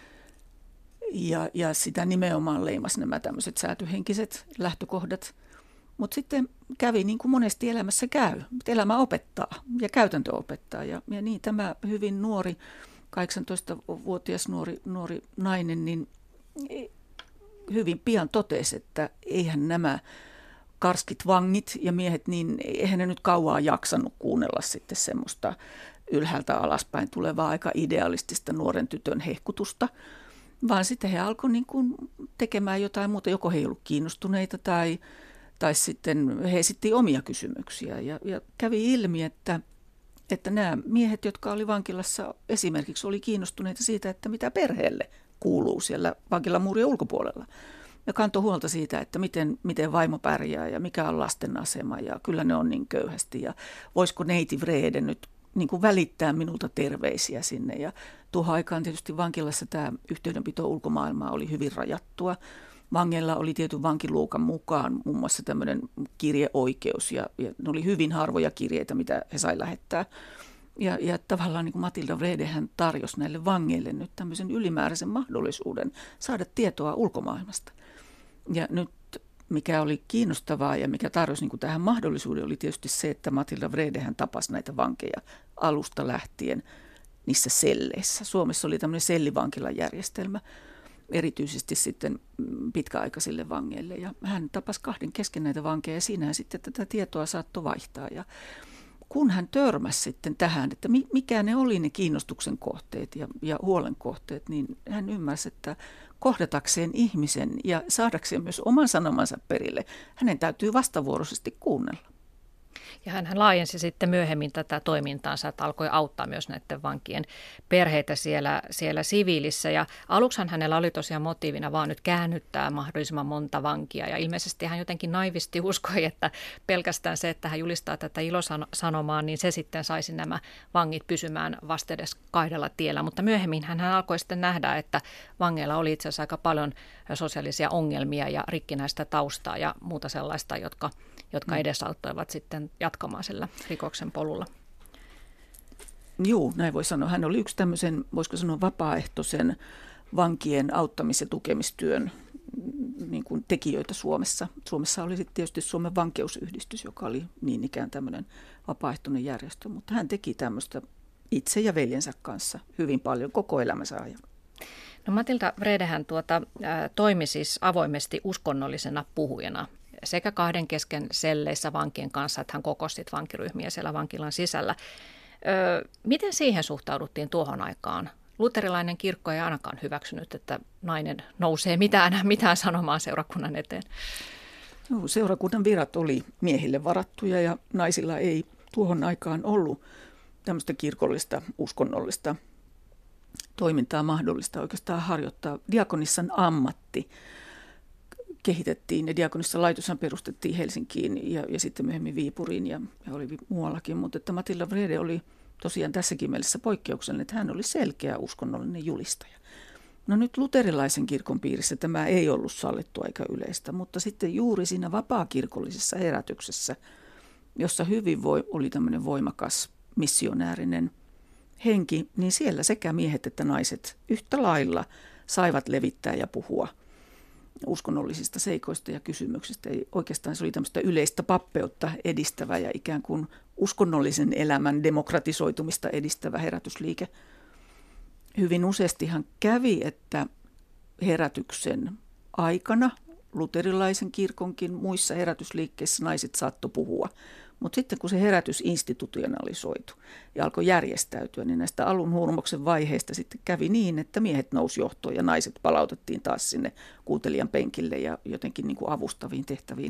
Ja, ja sitä nimenomaan leimasi nämä tämmöiset säätyhenkiset lähtökohdat. Mutta sitten kävi niin kuin monesti elämässä käy. Elämä opettaa ja käytäntö opettaa. Ja, ja niin tämä hyvin nuori, kahdeksantoistavuotias nuori, nuori nainen, niin hyvin pian totesi, että eihän nämä karskit vangit ja miehet, niin eihän ne nyt kauaa jaksanut kuunnella sitten semmoista ylhäältä alaspäin tulevaa aika idealistista nuoren tytön hehkutusta, vaan sitten he alkoi niin kuin tekemään jotain muuta, joko he ei ollut kiinnostuneita tai, tai sitten he esitti omia kysymyksiä ja, ja kävi ilmi, että että nämä miehet, jotka oli vankilassa esimerkiksi, oli kiinnostuneita siitä, että mitä perheelle kuuluu siellä vankilamuurien ulkopuolella. Ja kantoi huolta siitä, että miten, miten vaimo pärjää ja mikä on lasten asema ja kyllä ne on niin köyhästi. Ja voisiko neiti Wrede nyt niin kuin välittää minulta terveisiä sinne. Ja tuohon aikaan tietysti vankilassa tämä yhteydenpito ulkomaailmaa oli hyvin rajattua. Vangeilla oli tietyn vankiluokan mukaan muun muassa tämmöinen kirjeoikeus ja, ja ne oli hyvin harvoja kirjeitä, mitä he sai lähettää. Ja, ja tavallaan niin kuin Matilda Wrede hän tarjosi näille vangeille nyt tämmöisen ylimääräisen mahdollisuuden saada tietoa ulkomaailmasta. Ja nyt mikä oli kiinnostavaa ja mikä tarjosi niin kuin tähän mahdollisuuden oli tietysti se, että Matilda Wrede hän tapasi näitä vankeja alusta lähtien niissä selleissä. Suomessa oli tämmöinen sellivankilajärjestelmä. Erityisesti sitten pitkäaikaisille vangeille. Ja hän tapasi kahden kesken näitä vankeja ja siinähän sitten tätä tietoa saattoi vaihtaa. Ja kun hän törmäsi sitten tähän, että mikä ne oli ne kiinnostuksen kohteet ja, ja huolen kohteet, niin hän ymmärsi, että kohdatakseen ihmisen ja saadakseen myös oman sanomansa perille, hänen täytyy vastavuoroisesti kuunnella. Ja hän laajensi sitten myöhemmin tätä toimintaansa, että alkoi auttaa myös näiden vankien perheitä siellä, siellä siviilissä. Ja aluksi hänellä oli tosiaan motiivina vaan nyt käännyttää mahdollisimman monta vankia. Ja ilmeisesti hän jotenkin naivisti uskoi, että pelkästään se, että hän julistaa tätä ilosanomaa, niin se sitten saisi nämä vangit pysymään vastedes kahdella tiellä. Mutta myöhemmin hän alkoi sitten nähdä, että vangeilla oli itse asiassa aika paljon sosiaalisia ongelmia ja rikkinäistä taustaa ja muuta sellaista, jotka jotka edesauttoivat sitten jatkamaan sillä rikoksen polulla. Joo, näin voi sanoa. Hän oli yksi tämmöisen, voisiko sanoa, vapaaehtoisen vankien auttamis- ja tukemistyön niin kuin tekijöitä Suomessa. Suomessa oli sitten tietysti Suomen vankeusyhdistys, joka oli niin ikään tämmöinen vapaaehtoinen järjestö, mutta hän teki tämmöistä itse ja veljensä kanssa hyvin paljon koko elämänsä ajan. No Matilda Wredehän tuota, ä, toimi siis avoimesti uskonnollisena puhujana sekä kahden kesken selleissä vankien kanssa, että hän kokosi vankiryhmiä siellä vankilan sisällä. Ö, miten siihen suhtauduttiin tuohon aikaan? Luterilainen kirkko ei ainakaan hyväksynyt, että nainen nousee mitään, mitään sanomaan seurakunnan eteen. No, seurakunnan virat oli miehille varattuja ja naisilla ei tuohon aikaan ollut tämmöistä kirkollista, uskonnollista toimintaa mahdollista oikeastaan harjoittaa. Diakonissan ammatti kehitettiin ja diakonissan laitoshan perustettiin Helsinkiin ja, ja sitten myöhemmin Viipuriin ja, ja oli muuallakin, mutta että Matilda Wrede oli tosiaan tässäkin mielessä poikkeuksellinen, että hän oli selkeä uskonnollinen julistaja. No nyt luterilaisen kirkon piirissä tämä ei ollut sallittua eikä yleistä, mutta sitten juuri siinä vapaakirkollisessa herätyksessä, jossa hyvin voi, oli tämmöinen voimakas missionäärinen henki, niin siellä sekä miehet että naiset yhtä lailla saivat levittää ja puhua uskonnollisista seikoista ja kysymyksistä. Ei, oikeastaan se oli tämmöistä yleistä pappeutta edistävä ja ikään kuin uskonnollisen elämän demokratisoitumista edistävä herätysliike. Hyvin useastihan kävi, että herätyksen aikana luterilaisen kirkonkin muissa herätysliikkeissä naiset saattoi puhua. Mutta sitten kun se herätys institutionalisoitu ja alkoi järjestäytyä, niin näistä alun hurmoksen vaiheista sitten kävi niin, että miehet nousi johtoon ja naiset palautettiin taas sinne kuuntelijan penkille ja jotenkin niin kuin avustaviin tehtäviin.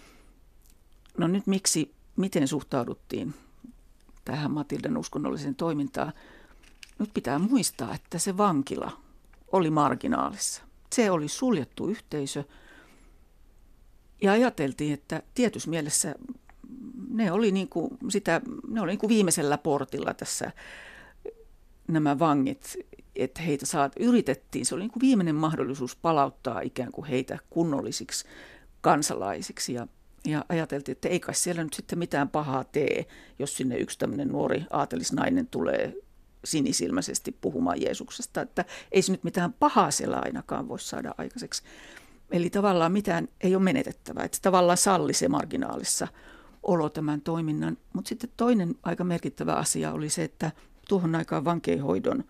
No nyt miksi, miten suhtauduttiin tähän Matildan uskonnolliseen toimintaan? Nyt pitää muistaa, että se vankila oli marginaalissa. Se oli suljettu yhteisö ja ajateltiin, että tietyssä mielessä ne oli, niin kuin sitä, ne oli niin kuin viimeisellä portilla tässä nämä vangit, että heitä saat, yritettiin. Se oli niin kuin viimeinen mahdollisuus palauttaa ikään kuin heitä kunnollisiksi kansalaisiksi ja, ja ajateltiin, että ei kai siellä nyt sitten mitään pahaa tee, jos sinne yksi tämmöinen nuori aatelisnainen tulee sinisilmäisesti puhumaan Jeesuksesta, että ei se nyt mitään pahaa siellä ainakaan voi saada aikaiseksi. Eli tavallaan mitään ei ole menetettävää, että se tavallaan salli se marginaalissa olo tämän toiminnan. Mutta sitten toinen aika merkittävä asia oli se, että tuohon aikaan vankeinhoidon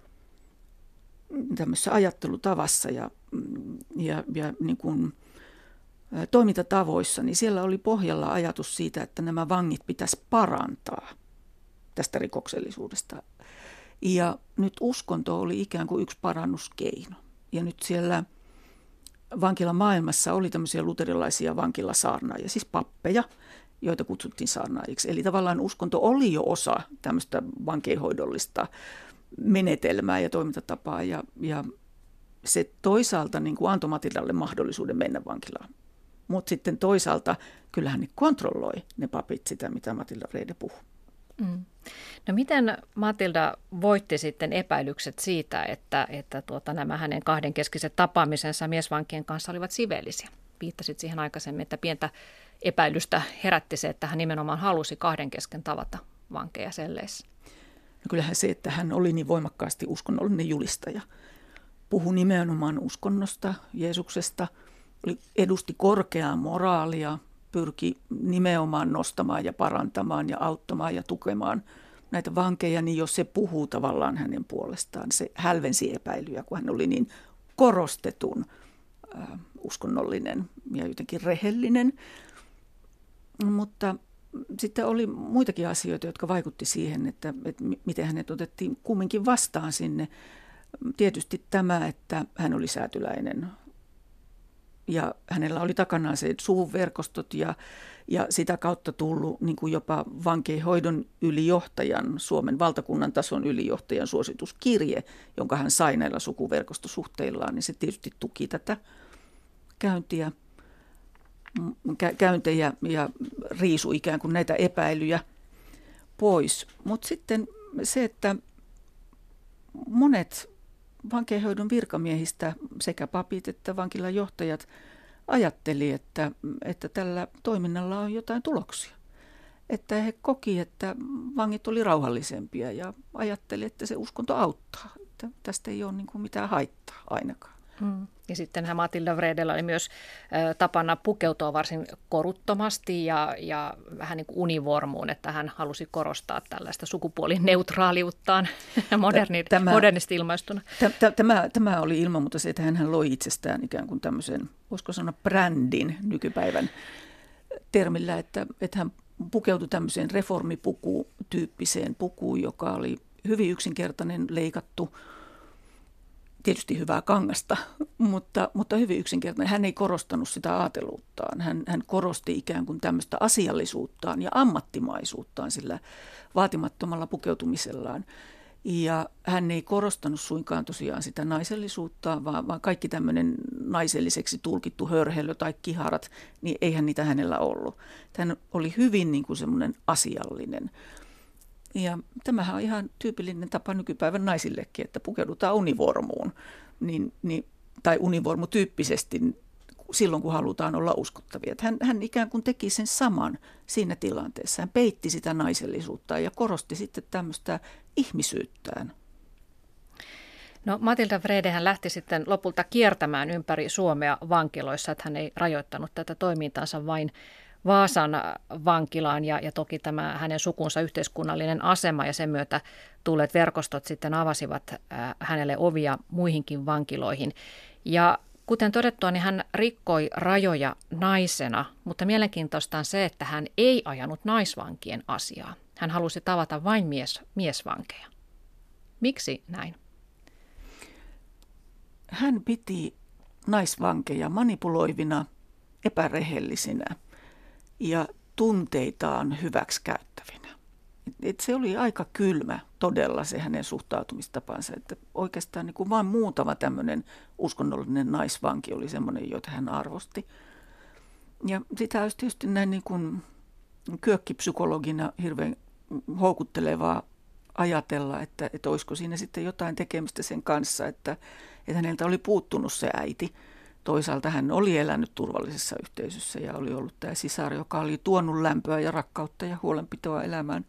tämmöisessä ajattelutavassa ja, ja, ja niin kuin toimintatavoissa, niin siellä oli pohjalla ajatus siitä, että nämä vangit pitäisi parantaa tästä rikoksellisuudesta. Ja nyt uskonto oli ikään kuin yksi parannuskeino. Ja nyt siellä vankilamaailmassa oli tämmöisiä luterilaisia vankilasaarnaajia, siis pappeja, joita kutsuttiin saarnaajiksi. Eli tavallaan uskonto oli jo osa tämmöistä vankeinhoidollista menetelmää ja toimintatapaa. Ja, ja se toisaalta niin kuin antoi Matildalle mahdollisuuden mennä vankilaan. Mutta sitten toisaalta kyllähän ne kontrolloi ne papit sitä, mitä Matilda Wrede puhui. Mm. No miten Matilda voitti sitten epäilykset siitä, että, että tuota, nämä hänen kahdenkeskiset tapaamisensa miesvankien kanssa olivat siveellisiä? Viittasit siihen aikaisemmin, että pientä epäilystä herätti se, että hän nimenomaan halusi kahden kesken tavata vankeja selleissä. No kyllähän se, että hän oli niin voimakkaasti uskonnollinen julistaja. Puhui nimenomaan uskonnosta, Jeesuksesta, edusti korkeaa moraalia, pyrki nimenomaan nostamaan ja parantamaan ja auttamaan ja tukemaan näitä vankeja, niin jos se puhuu tavallaan hänen puolestaan, se hälvensi epäilyjä, kun hän oli niin korostetun äh, uskonnollinen ja jotenkin rehellinen. Mutta sitten oli muitakin asioita, jotka vaikutti siihen, että, että miten hänet otettiin kumminkin vastaan sinne. Tietysti tämä, että hän oli säätyläinen ja hänellä oli takanaan se suvunverkostot ja, ja sitä kautta tullut niin kuin jopa vankeinhoidon ylijohtajan, Suomen valtakunnan tason ylijohtajan suosituskirje, jonka hän sai näillä sukuverkostosuhteillaan, niin se tietysti tuki tätä käyntiä, käyntejä ja riisui ikään kuin näitä epäilyjä pois. Mutta sitten se, että monet vankeinhoidon virkamiehistä, sekä papit että vankilan johtajat, ajatteli, että, että tällä toiminnalla on jotain tuloksia. Että he koki, että vangit oli rauhallisempia ja ajatteli, että se uskonto auttaa. Että tästä ei ole niin kuin mitään haittaa ainakaan. Mm. Ja sittenhän Matilda Wredellä oli myös ä, tapana pukeutua varsin koruttomasti ja, ja vähän niin kuin univormuun, että hän halusi korostaa tällaista sukupuolineutraaliuttaan moderni, tämä, modernisti ilmaistuna. Tämä, tämä oli ilman muuta se, että hän loi itsestään ikään kuin tämmöisen, voisiko sanoa brändin nykypäivän termillä, että, että hän pukeutui tämmöiseen reformipuku-tyyppiseen pukuun, joka oli hyvin yksinkertainen, leikattu, tietysti hyvää kangasta, mutta, mutta hyvin yksinkertainen. Hän ei korostanut sitä aateluuttaan. Hän, hän korosti ikään kuin tämmöistä asiallisuuttaan ja ammattimaisuuttaan sillä vaatimattomalla pukeutumisellaan. Ja hän ei korostanut suinkaan tosiaan sitä naisellisuuttaan, vaan, vaan kaikki tämmöinen naiselliseksi tulkittu hörhelö tai kiharat, niin eihän niitä hänellä ollut. Hän oli hyvin niin kuin semmoinen asiallinen. Ja tämähän on ihan tyypillinen tapa nykypäivän naisillekin, että pukeudutaan univormuun niin, niin, tai univormutyyppisesti silloin, kun halutaan olla uskottavia. Hän, hän ikään kuin teki sen saman siinä tilanteessa. Hän peitti sitä naisellisuutta ja korosti sitten tämmöistä ihmisyyttään. No Matilda Wrede hän lähti sitten lopulta kiertämään ympäri Suomea vankiloissa, että hän ei rajoittanut tätä toimintaansa vain Vaasan vankilaan ja, ja toki tämä hänen sukunsa yhteiskunnallinen asema ja sen myötä tulleet verkostot sitten avasivat äh, hänelle ovia muihinkin vankiloihin. Ja kuten todettua, niin hän rikkoi rajoja naisena, mutta mielenkiintoista on se, että hän ei ajanut naisvankien asiaa. Hän halusi tavata vain mies, miesvankeja. Miksi näin? Hän piti naisvankeja manipuloivina, epärehellisinä ja tunteitaan hyväksikäyttävinä. Et se oli aika kylmä todella se hänen suhtautumistapansa, että oikeastaan niin kuin vain muutama tämmöinen uskonnollinen naisvanki oli semmoinen, jota hän arvosti. Ja sitä olisi tietysti näin niin kuin kyökkipsykologina hirveän houkuttelevaa ajatella, että, että olisiko siinä sitten jotain tekemistä sen kanssa, että, että häneltä oli puuttunut se äiti. Toisaalta hän oli elänyt turvallisessa yhteisössä ja oli ollut tämä sisar, joka oli tuonut lämpöä ja rakkautta ja huolenpitoa elämään.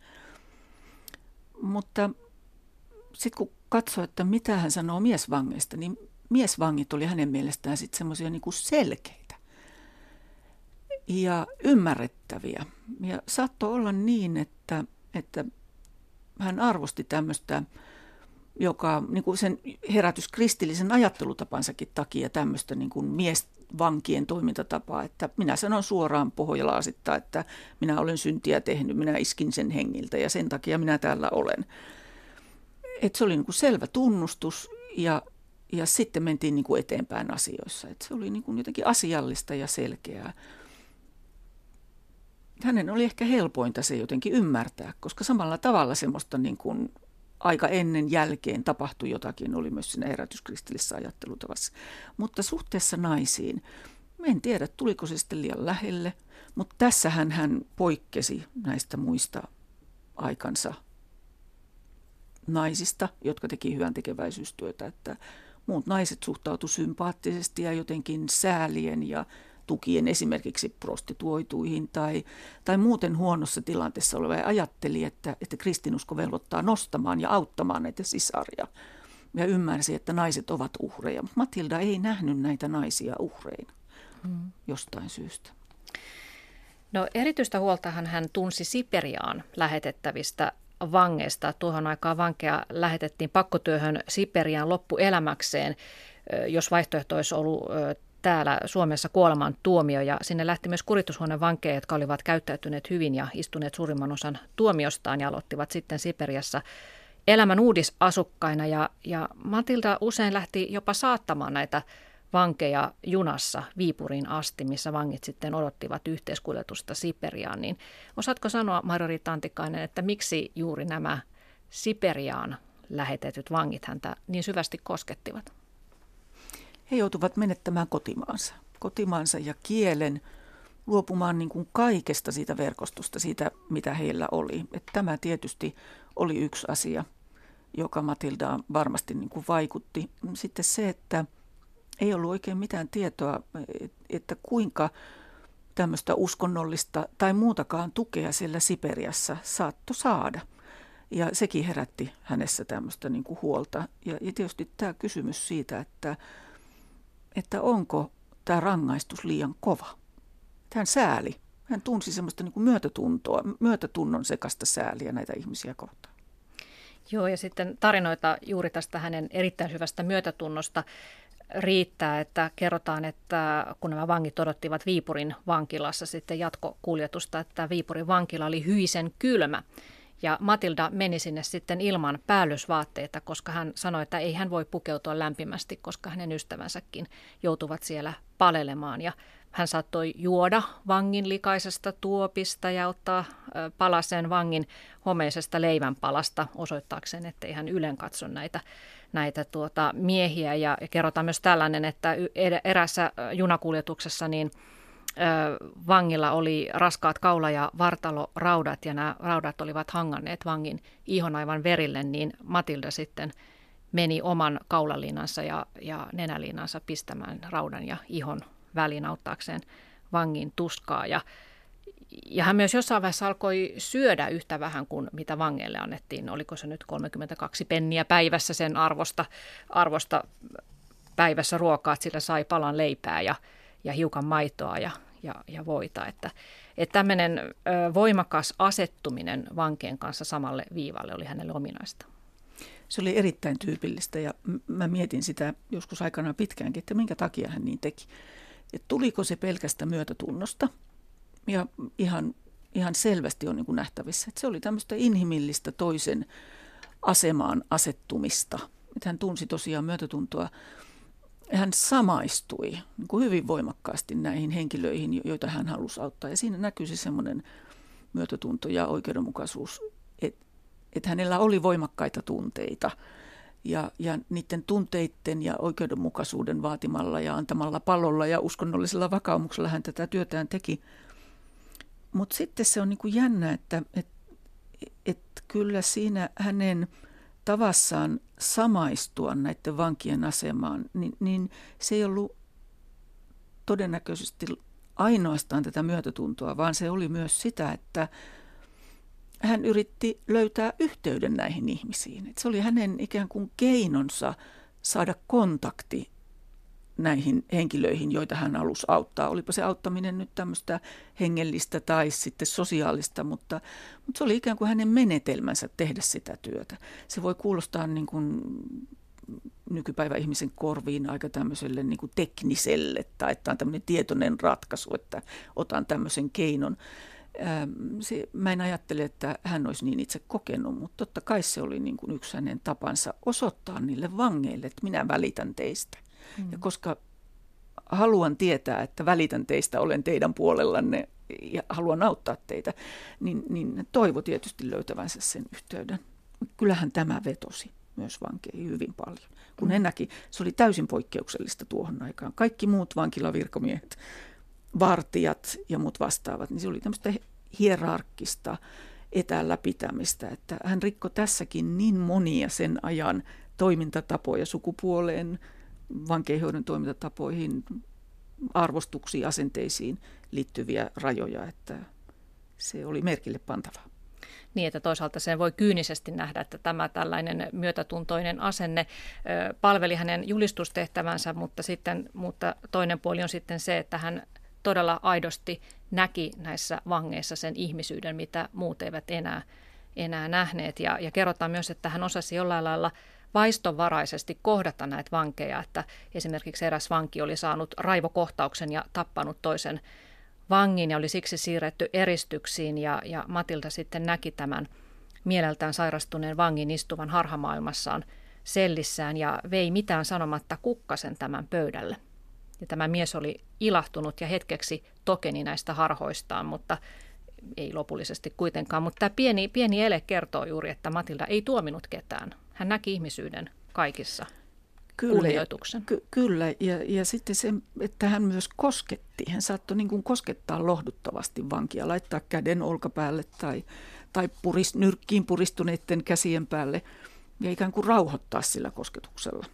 Mutta sitten kun katsoi, että mitä hän sanoo miesvangeista, niin miesvangit oli hänen mielestään sitten semmoisia niin kuin selkeitä ja ymmärrettäviä. Ja saattoi olla niin, että, että hän arvosti tämmöistä, joka niin kuin sen herätys kristillisen ajattelutapansakin takia tämmöistä niin kuin miesvankien toimintatapaa, että minä sanon suoraan pohjalaasittain, että minä olen syntiä tehnyt, minä iskin sen hengiltä ja sen takia minä täällä olen. Et se oli niin kuin selvä tunnustus ja, ja sitten mentiin niin kuin eteenpäin asioissa. Et se oli niin kuin jotenkin asiallista ja selkeää. Hänen oli ehkä helpointa se jotenkin ymmärtää, koska samalla tavalla semmoista niin kuin aika ennen jälkeen tapahtui jotakin, oli myös siinä herätyskristillisessä ajattelutavassa. Mutta suhteessa naisiin, en tiedä tuliko se sitten liian lähelle, mutta tässähän hän poikkesi näistä muista aikansa naisista, jotka teki hyvän tekeväisyystyötä, että muut naiset suhtautuivat sympaattisesti ja jotenkin säälien ja tukien esimerkiksi prostituoituihin tai, tai muuten huonossa tilanteessa oleva ja ajatteli, että, että kristinusko velvoittaa nostamaan ja auttamaan näitä sisaria ja ymmärsi, että naiset ovat uhreja. Mutta Matilda ei nähnyt näitä naisia uhreina hmm. jostain syystä. No erityistä huoltahan hän tunsi Siperiaan lähetettävistä vangeista. Tuohon aikaan vankeja lähetettiin pakkotyöhön Siperiaan loppuelämäkseen, jos vaihtoehto olisi ollut täällä Suomessa kuoleman tuomio, ja sinne lähti myös kuritushuoneen vankeja, jotka olivat käyttäytyneet hyvin ja istuneet suurimman osan tuomiostaan ja aloittivat sitten Siperiassa elämän uudisasukkaina. Ja, ja Matilda usein lähti jopa saattamaan näitä vankeja junassa Viipuriin asti, missä vangit sitten odottivat yhteiskuljetusta Siperiaan. Niin osaatko sanoa, Marjo-Riitta Antikainen, että miksi juuri nämä Siperiaan lähetetyt vangit häntä niin syvästi koskettivat? He joutuvat menettämään kotimaansa, kotimaansa ja kielen, luopumaan niin kuin kaikesta siitä verkostosta, siitä mitä heillä oli. Että tämä tietysti oli yksi asia, joka Matildaan varmasti niin kuin vaikutti. Sitten se, että ei ollut oikein mitään tietoa, että kuinka tämmöistä uskonnollista tai muutakaan tukea siellä Siperiassa saattoi saada. Ja sekin herätti hänessä tämmöistä niin kuin huolta. Ja, ja tietysti tämä kysymys siitä, että, että onko tämä rangaistus liian kova. Hän sääli. Hän tunsi semmoista niin kuin myötätuntoa, myötätunnon sekasta sääliä näitä ihmisiä kohtaan. Joo, ja sitten tarinoita juuri tästä hänen erittäin hyvästä myötätunnosta riittää, että kerrotaan, että kun nämä vangit odottivat Viipurin vankilassa sitten jatkokuljetusta, että Viipurin vankila oli hyisen kylmä. Ja Matilda meni sinne sitten ilman päällysvaatteita, koska hän sanoi, että ei hän voi pukeutua lämpimästi, koska hänen ystävänsäkin joutuvat siellä palelemaan. Ja hän saattoi juoda vangin likaisesta tuopista ja ottaa palasen vangin homeisesta leivänpalasta osoittaakseen, ettei hän ylen katso näitä, näitä tuota miehiä. Ja, ja kerrotaan myös tällainen, että erässä junakuljetuksessa niin vangilla oli raskaat kaula- ja vartaloraudat ja nämä raudat olivat hanganneet vangin ihon aivan verille, niin Matilda sitten meni oman kaulaliinansa ja, ja nenäliinansa pistämään raudan ja ihon väliin auttaakseen vangin tuskaa. Ja, ja hän myös jossain vaiheessa alkoi syödä yhtä vähän kuin mitä vangeille annettiin. Oliko se nyt kolmekymmentäkaksi penniä päivässä sen arvosta, arvosta päivässä ruokaa, että sillä sai palan leipää ja ja hiukan maitoa ja, ja, ja voita. Että, että tämmöinen ö, voimakas asettuminen vankien kanssa samalle viivalle oli hänelle ominaista. Se oli erittäin tyypillistä ja mä mietin sitä joskus aikanaan pitkäänkin, että minkä takia hän niin teki. Et tuliko se pelkästä myötätunnosta ja ihan, ihan selvästi on niin kuin nähtävissä, että se oli tämmöistä inhimillistä toisen asemaan asettumista. Että hän tunsi tosiaan myötätuntoa. Hän samaistui niin kuin hyvin voimakkaasti näihin henkilöihin, joita hän halusi auttaa. Ja siinä näkyy se semmoinen myötätunto ja oikeudenmukaisuus, että, että hänellä oli voimakkaita tunteita. Ja, ja niiden tunteiden ja oikeudenmukaisuuden vaatimalla ja antamalla palolla ja uskonnollisella vakaumuksella hän tätä työtään teki. Mutta sitten se on niin kuin jännä, että et, et kyllä siinä hänen tavassaan samaistua näiden vankien asemaan, niin, niin se ei ollut todennäköisesti ainoastaan tätä myötätuntoa, vaan se oli myös sitä, että hän yritti löytää yhteyden näihin ihmisiin. Et se oli hänen ikään kuin keinonsa saada kontakti näihin henkilöihin, joita hän halusi auttaa. Olipa se auttaminen nyt tämmöistä hengellistä tai sitten sosiaalista, mutta, mutta se oli ikään kuin hänen menetelmänsä tehdä sitä työtä. Se voi kuulostaa niin kuin nykypäivän ihmisen korviin aika tämmöiselle niin kuin tekniselle, tai että on tämmöinen tietoinen ratkaisu, että otan tämmöisen keinon. Se, mä en ajattele, että hän olisi niin itse kokenut, mutta totta kai se oli niin kuin yksi hänen tapansa osoittaa niille vangeille, että minä välitän teistä. Ja koska haluan tietää, että välitän teistä, olen teidän puolellanne ja haluan auttaa teitä, niin, niin toivo tietysti löytävänsä sen yhteyden. Kyllähän tämä vetosi myös vankeihin hyvin paljon. Kun he näki, se oli täysin poikkeuksellista tuohon aikaan. Kaikki muut vankilavirkamiehet, vartijat ja muut vastaavat, niin se oli tämmöistä hierarkkista etäällä pitämistä, että hän rikkoi tässäkin niin monia sen ajan toimintatapoja sukupuoleen, vankeinhoidon toimintatapoihin, arvostuksiin, asenteisiin liittyviä rajoja, että se oli merkille pantavaa. Niin, että toisaalta sen voi kyynisesti nähdä, että tämä tällainen myötätuntoinen asenne palveli hänen julistustehtävänsä, mutta, sitten, mutta toinen puoli on sitten se, että hän todella aidosti näki näissä vangeissa sen ihmisyyden, mitä muut eivät enää, enää nähneet. Ja, ja kerrotaan myös, että hän osasi jollain lailla vaistonvaraisesti kohdata näitä vankeja, että esimerkiksi eräs vanki oli saanut raivokohtauksen ja tappanut toisen vangin ja oli siksi siirretty eristyksiin ja, ja Matilda sitten näki tämän mieleltään sairastuneen vangin istuvan harhamaailmassaan sellissään ja vei mitään sanomatta kukkasen tämän pöydälle. Ja tämä mies oli ilahtunut ja hetkeksi tokeni näistä harhoistaan, mutta ei lopullisesti kuitenkaan. Mutta tämä pieni, pieni ele kertoo juuri, että Matilda ei tuominut ketään. Hän näki ihmisyyden kaikissa. Kyllä, kunnioituksen. Ky- kyllä. Ja, ja sitten se, että hän myös kosketti. Hän saattoi niin kuin koskettaa lohduttavasti vankia, laittaa käden olkapäälle tai, tai puris, nyrkkiin puristuneiden käsien päälle ja ikään kuin rauhoittaa sillä kosketuksella.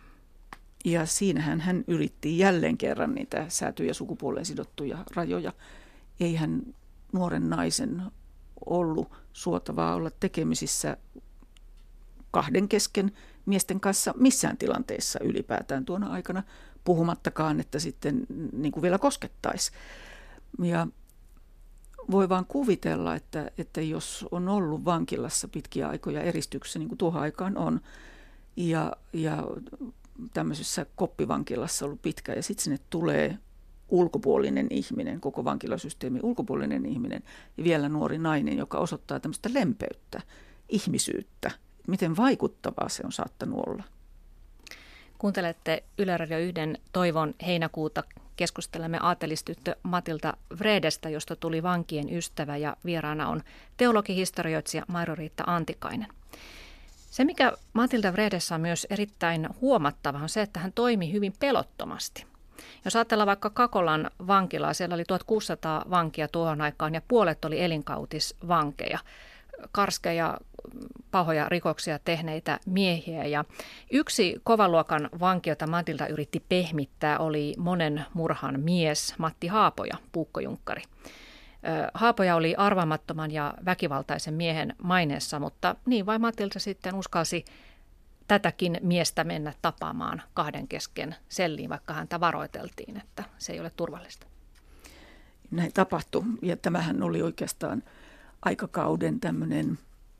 Ja siinähän hän yritti jälleen kerran niitä säätyjä sukupuoleen sidottuja rajoja. Ei hän nuoren naisen ollut suotavaa olla tekemisissä kahden kesken miesten kanssa missään tilanteessa ylipäätään tuona aikana, puhumattakaan, että sitten niin kuin vielä koskettaisi. Ja voi vaan kuvitella, että, että jos on ollut vankilassa pitkiä aikoja eristyksessä, niin kuin tuohon aikaan on, ja, ja tämmöisessä koppivankilassa ollut pitkä, ja sitten sinne tulee ulkopuolinen ihminen, koko vankilasysteemin ulkopuolinen ihminen, ja vielä nuori nainen, joka osoittaa tämmöistä lempeyttä, ihmisyyttä. Miten vaikuttavaa se on saattanut olla. Kuuntelette Yle Radio yhden Toivon heinäkuuta. Keskustelemme aatelistyttö Matilda Vredestä, josta tuli vankien ystävä, ja vieraana on teologihistorioitsija Mairo-Riitta Antikainen. Se, mikä Matilda Vredessä on myös erittäin huomattava, on se, että hän toimi hyvin pelottomasti. Jos ajatellaan vaikka Kakolan vankilaa, siellä oli tuhatkuusisataa vankia tuohon aikaan ja puolet oli elinkautisvankeja. Karskeja, pahoja rikoksia tehneitä miehiä. Ja yksi kovan luokan vanki, jota Matilda yritti pehmittää, oli monen murhan mies Matti Haapoja, puukkojunkkari. Haapoja oli arvaamattoman ja väkivaltaisen miehen maineessa, mutta niin vain Matilda sitten uskalsi tätäkin miestä mennä tapaamaan kahden kesken selliin, vaikka häntä varoiteltiin, että se ei ole turvallista. Näin tapahtui, ja tämähän oli oikeastaan aikakauden tämmöinen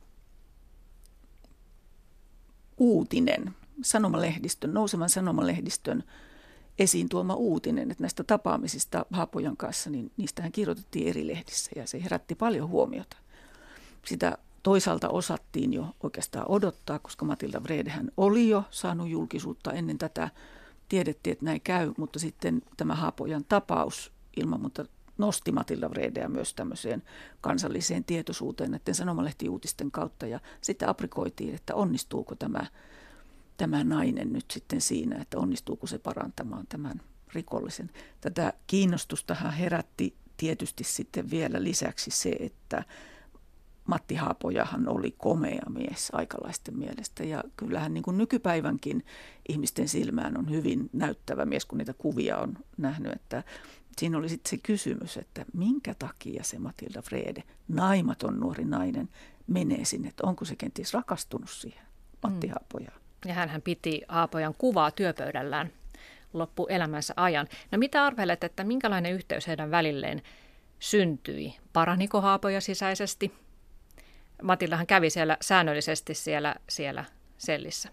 uutinen, sanomalehdistön, nousevan sanomalehdistön esiin tuoma uutinen, että näistä tapaamisista Haapojan kanssa, niin niistähän kirjoitettiin eri lehdissä ja se herätti paljon huomiota. Sitä toisaalta osattiin jo oikeastaan odottaa, koska Matilda Vredehän oli jo saanut julkisuutta ennen tätä. Tiedettiin, että näin käy, mutta sitten tämä Haapojan tapaus ilman muuta nosti Matilda Vredeä myös tämmöiseen kansalliseen tietoisuuteen näiden sanomalehtiuutisten kautta ja sitten aprikoitiin, että onnistuuko tämä, tämä nainen nyt sitten siinä, että onnistuuko se parantamaan tämän rikollisen. Tätä kiinnostustahan herätti tietysti sitten vielä lisäksi se, että Matti Haapojahan oli komea mies aikalaisten mielestä ja kyllähän niin kuin nykypäivänkin ihmisten silmään on hyvin näyttävä mies, kun niitä kuvia on nähnyt, että siinä oli sitten se kysymys, että minkä takia se Matilda Vrede, naimaton nuori nainen, menee sinne, että onko se kenties rakastunut siihen Matti mm. Haapojaan. Ja hänhän piti Haapojan kuvaa työpöydällään loppuelämänsä ajan. No mitä arvelet, että minkälainen yhteys heidän välilleen syntyi? Paraniko Haapoja sisäisesti? Matildahan kävi siellä säännöllisesti siellä, siellä sellissä.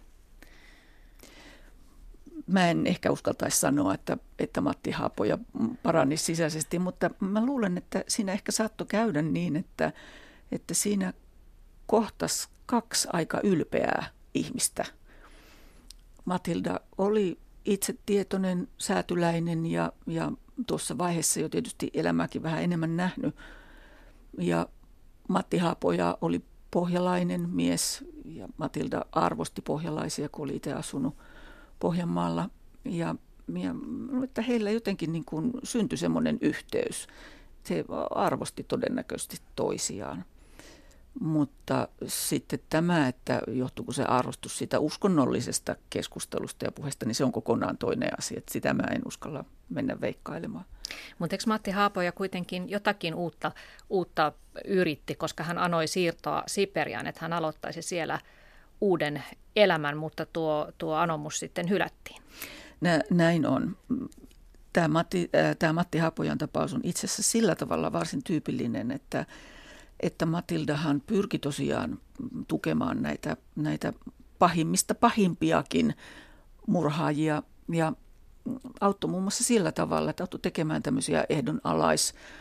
Mä en ehkä uskaltaisi sanoa, että, että Matti Haapoja parani sisäisesti, mutta mä luulen, että siinä ehkä saattoi käydä niin, että, että siinä kohtasi kaksi aika ylpeää ihmistä. Matilda oli itsetietoinen, säätyläinen ja, ja tuossa vaiheessa jo tietysti elämääkin vähän enemmän nähnyt. Ja Matti Haapoja oli pohjalainen mies ja Matilda arvosti pohjalaisia, kun oli itse asunut Pohjanmaalla. Ja, ja että heillä jotenkin niin kuin syntyi semmoinen yhteys. Se arvosti todennäköisesti toisiaan. Mutta sitten tämä, että johtuuko se arvostus siitä uskonnollisesta keskustelusta ja puheesta, niin se on kokonaan toinen asia. Että sitä mä en uskalla mennä veikkailemaan. Mutta eikö Matti Haapoja kuitenkin jotakin uutta, uutta yritti, koska hän anoi siirtoa Siperiaan, että hän aloittaisi siellä uuden elämän, mutta tuo, tuo anomus sitten hylättiin. Nä, näin on. Tämä Matti, äh, tämä Matti Haapojan tapaus on itse asiassa sillä tavalla varsin tyypillinen, että, että Matildahan pyrki tosiaan tukemaan näitä, näitä pahimmista pahimpiakin murhaajia ja auttoi muun muassa sillä tavalla, että auttoi tekemään tämmöisiä ehdonalais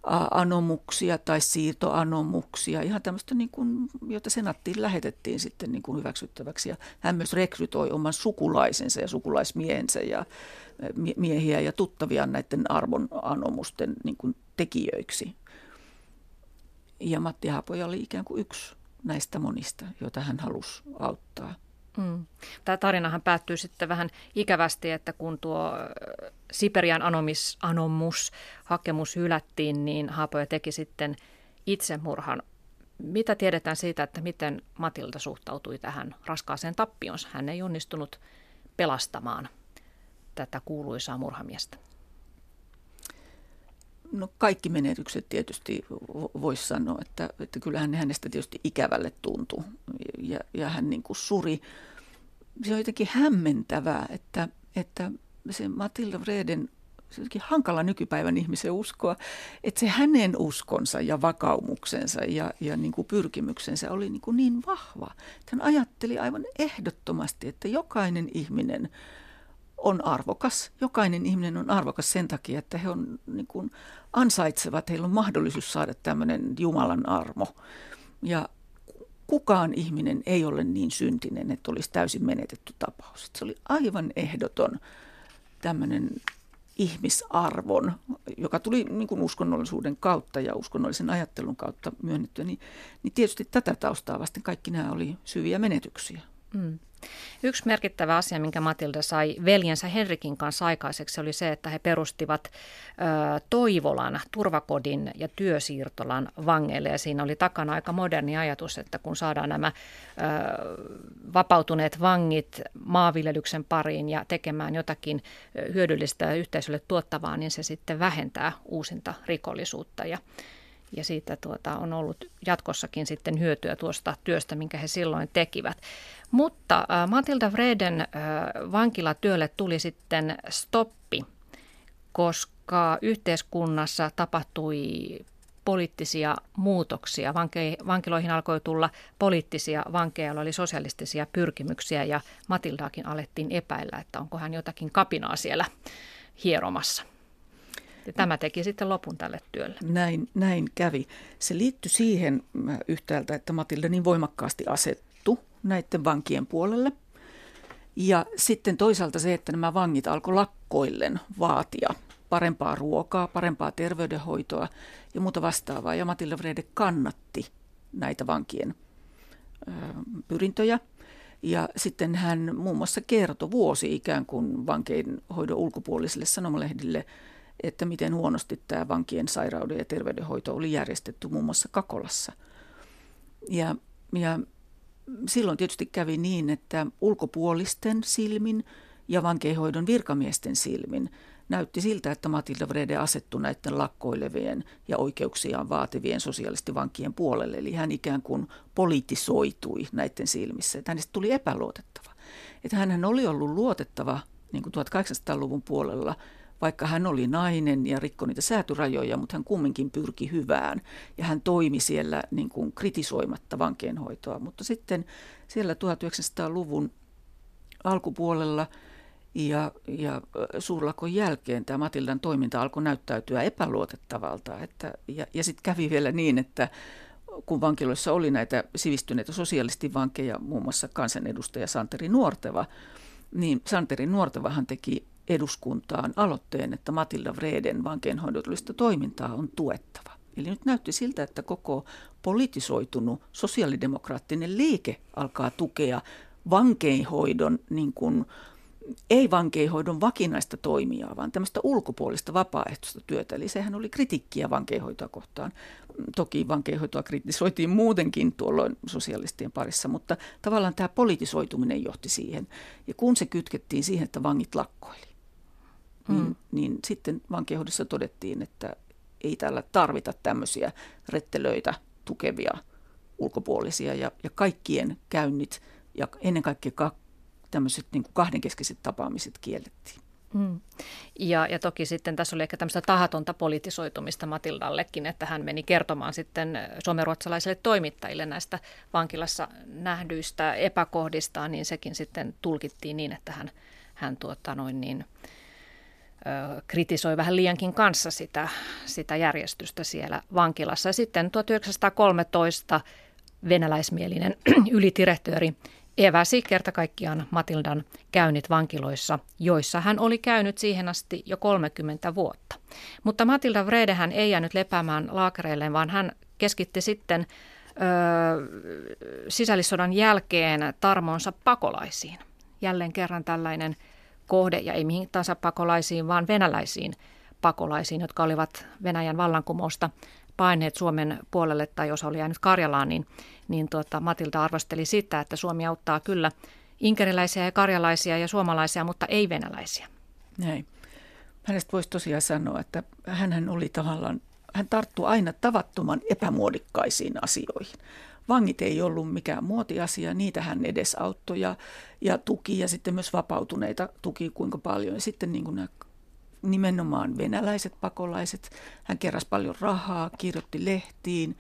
anomuksia tai siirtoanomuksia, ihan tämmöistä, niin kuin, jota senaattiin lähetettiin sitten niin kuin hyväksyttäväksi. Ja hän myös rekrytoi oman sukulaisensa ja sukulaismiehensä ja miehiä ja tuttavia näiden arvonanomusten niin kuin tekijöiksi. Ja Matti Haapoja oli ikään kuin yksi näistä monista, joita hän halusi auttaa. Mm. Tämä tarinahan päättyy sitten vähän ikävästi, että kun tuo Siperian anomis, anomus hakemus hylättiin, niin Haapoja teki sitten itsemurhan. Mitä tiedetään siitä, että miten Matilda suhtautui tähän raskaaseen tappionsa? Hän ei onnistunut pelastamaan tätä kuuluisaa murhamiestä. No kaikki menetykset tietysti voisi sanoa, että, että kyllähän hänestä tietysti ikävälle tuntui ja, ja hän niin kuin suri. Se on jotenkin hämmentävää, että, että se Matilda Wreden, se on jotenkin hankala nykypäivän ihmisen uskoa, että se hänen uskonsa ja vakaumuksensa ja, ja niin kuin pyrkimyksensä oli niin kuin niin vahva. Hän ajatteli aivan ehdottomasti, että jokainen ihminen on arvokas. Jokainen ihminen on arvokas sen takia, että he on niin kuin ansaitsevat, heillä on mahdollisuus saada tämmöinen Jumalan armo. Ja kukaan ihminen ei ole niin syntinen, että olisi täysin menetetty tapaus. Se oli aivan ehdoton tämmöinen ihmisarvon, joka tuli niin kuin uskonnollisuuden kautta ja uskonnollisen ajattelun kautta myönnettyä. Niin, niin tietysti tätä taustaa vasten kaikki nämä oli syviä menetyksiä. Mm. Yksi merkittävä asia, minkä Matilda sai veljensä Henrikin kanssa aikaiseksi, oli se, että he perustivat ö, Toivolan, turvakodin ja työsiirtolan vangeille. Ja siinä oli takana aika moderni ajatus, että kun saadaan nämä ö, vapautuneet vangit maanviljelyksen pariin ja tekemään jotakin hyödyllistä ja yhteisölle tuottavaa, niin se sitten vähentää uusinta rikollisuutta. Ja Ja siitä tuota, on ollut jatkossakin sitten hyötyä tuosta työstä, minkä he silloin tekivät. Mutta äh, Matilda Wreden äh, vankilatyölle tuli sitten stoppi, koska yhteiskunnassa tapahtui poliittisia muutoksia. Vanke, vankiloihin alkoi tulla poliittisia vankeja, joilla oli sosialistisia pyrkimyksiä ja Matildaakin alettiin epäillä, että onko hän jotakin kapinaa siellä hieromassa. Ja tämä teki sitten lopun tälle työlle. Näin, näin kävi. Se liittyi siihen yhtäältä, että Matilda niin voimakkaasti asettui näiden vankien puolelle. Ja sitten toisaalta se, että nämä vangit alkoi lakkoillen vaatia parempaa ruokaa, parempaa terveydenhoitoa ja muuta vastaavaa. Ja Matilda Wrede kannatti näitä vankien ö, pyrintöjä. Ja sitten hän muun muassa kertoi vuosi ikään kuin vankien hoidon ulkopuolisille sanomalehdille, että miten huonosti tämä vankien sairauden ja terveydenhoito oli järjestetty muun muassa Kakolassa. Ja, ja silloin tietysti kävi niin, että ulkopuolisten silmin ja vankeinhoidon virkamiesten silmin näytti siltä, että Matilda Wrede asettui näiden lakkoilevien ja oikeuksiaan vaativien sosiaalisesti vankien puolelle. Eli hän ikään kuin politisoitui näiden silmissä, että hänestä tuli epäluotettava. Että hänhän oli ollut luotettava niin kuin tuhatkahdeksansataaluvun puolella, vaikka hän oli nainen ja rikkoi niitä säätyrajoja, mutta hän kumminkin pyrki hyvään ja hän toimi siellä niin kuin kritisoimatta vankeinhoitoa. Mutta sitten siellä tuhatyhdeksänsataaluvun alkupuolella ja, ja suurlakon jälkeen tämä Matildan toiminta alkoi näyttäytyä epäluotettavalta. Että, ja ja sitten kävi vielä niin, että kun vankiloissa oli näitä sivistyneitä sosialistivankeja, muun muassa kansanedustaja Santeri Nuorteva, niin Santeri Nuortevahan teki eduskuntaan aloitteen, että Matilda Wreden vankeinhoidollista toimintaa on tuettava. Eli nyt näytti siltä, että koko politisoitunut sosiaalidemokraattinen liike alkaa tukea vankeinhoidon, niin kuin, ei vankeinhoidon vakinaista toimijaa, vaan tämmöistä ulkopuolista vapaaehtoista työtä. Eli sehän oli kritiikkiä vankeinhoitoa kohtaan. Toki vankeinhoitoa kritisoitiin muutenkin tuolloin sosialistien parissa, mutta tavallaan tämä politisoituminen johti siihen. Ja kun se kytkettiin siihen, että vangit lakkoili, mm. niin, niin sitten vankeinhoidossa todettiin, että ei täällä tarvita tämmöisiä rettelöitä tukevia ulkopuolisia ja, ja kaikkien käynnit ja ennen kaikkea ka- tämmöiset niin kuin kahdenkeskeiset tapaamiset kiellettiin. Mm. Ja, ja toki sitten tässä oli ehkä tämmöistä tahatonta politisoitumista Matildallekin, että hän meni kertomaan sitten suomenruotsalaisille toimittajille näistä vankilassa nähdyistä epäkohdista, niin sekin sitten tulkittiin niin, että hän, hän tuota noin niin, kritisoi vähän liiankin kanssa sitä, sitä järjestystä siellä vankilassa. Ja sitten tuhatyhdeksänsataakolmetoista venäläismielinen ylidirektööri eväsi kerta kaikkiaan Matildan käynnit vankiloissa, joissa hän oli käynyt siihen asti jo kolmekymmentä vuotta. Mutta Matilda Wrede hän ei jäänyt lepäämään laakereilleen, vaan hän keskitti sitten ö, sisällissodan jälkeen tarmonsa pakolaisiin. Jälleen kerran tällainen kohde, ja ei mihin tahansa pakolaisiin, vaan venäläisiin pakolaisiin, jotka olivat Venäjän vallankumousta paineet Suomen puolelle, tai jos oli jäänyt Karjalaan, niin, niin tuota, Matilda arvosteli sitä, että Suomi auttaa kyllä inkeriläisiä ja karjalaisia ja suomalaisia, mutta ei venäläisiä. Näin. Hänestä voisi tosiaan sanoa, että hän oli tavallaan, hän tarttui aina tavattoman epämuodikkaisiin asioihin. Vangit ei ollut mikään muotiasia, niitä hän edesauttoi ja, ja tuki, ja sitten myös vapautuneita tuki kuinka paljon. Ja sitten niin kuin nämä nimenomaan venäläiset pakolaiset, hän keräsi paljon rahaa, kirjoitti lehtiin.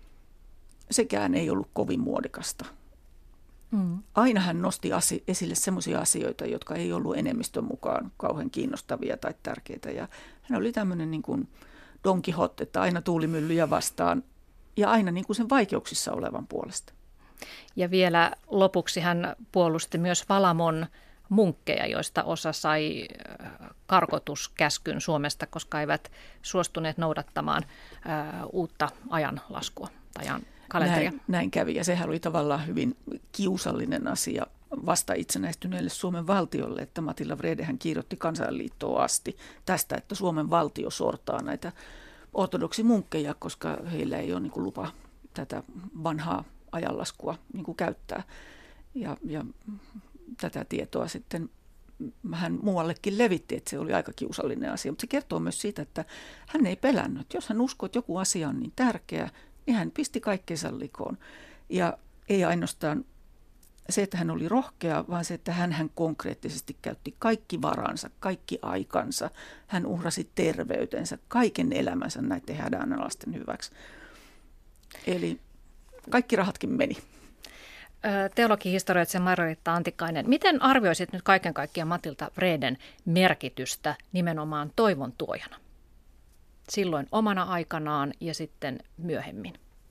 Sekään ei ollut kovin muodikasta. Mm. Aina hän nosti asi- esille sellaisia asioita, jotka ei ollut enemmistön mukaan kauhean kiinnostavia tai tärkeitä. Ja hän oli tämmöinen niin kuin Don Quixote, että aina tuulimyllyjä vastaan ja aina niin kuin sen vaikeuksissa olevan puolesta. Ja vielä lopuksi hän puolusti myös Valamon munkkeja, joista osa sai karkotuskäskyn Suomesta, koska eivät suostuneet noudattamaan ää, uutta ajanlaskua tai ajan kalenteria. Näin, näin kävi, ja sehän oli tavallaan hyvin kiusallinen asia vasta itsenäistyneelle Suomen valtiolle, että Matilda Wrede hän kirjoitti Kansainliittoon asti tästä, että Suomen valtio sortaa näitä ortodoksimunkkeja, koska heillä ei ole niin kuin lupa tätä vanhaa ajanlaskua niin kuin käyttää. Ja, ja tätä tietoa sitten hän muuallekin levitti, että se oli aika kiusallinen asia, mutta se kertoo myös siitä, että hän ei pelännyt. Jos hän uskoi, että joku asia on niin tärkeä, niin hän pisti kaikkeensa likoon. Ja ei ainoastaan se, että hän oli rohkea, vaan se, että hän, hän konkreettisesti käytti kaikki varansa, kaikki aikansa. Hän uhrasi terveytensä, kaiken elämänsä näiden hädänalaisten hyväksi. Eli kaikki rahatkin meni. Teologihistorioitsija Margareta Antikainen, miten arvioisit nyt kaiken kaikkiaan Matilda Wreden merkitystä nimenomaan toivon tuojana? Silloin omana aikanaan ja sitten myöhemmin.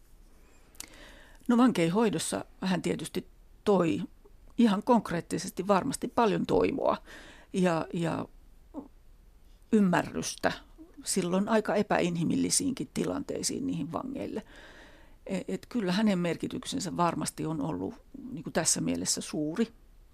No vankeinhoidossa hän tietysti toi ihan konkreettisesti varmasti paljon toivoa ja, ja ymmärrystä silloin aika epäinhimillisiinkin tilanteisiin niihin vangeille. Et kyllä hänen merkityksensä varmasti on ollut niin kuin tässä mielessä suuri.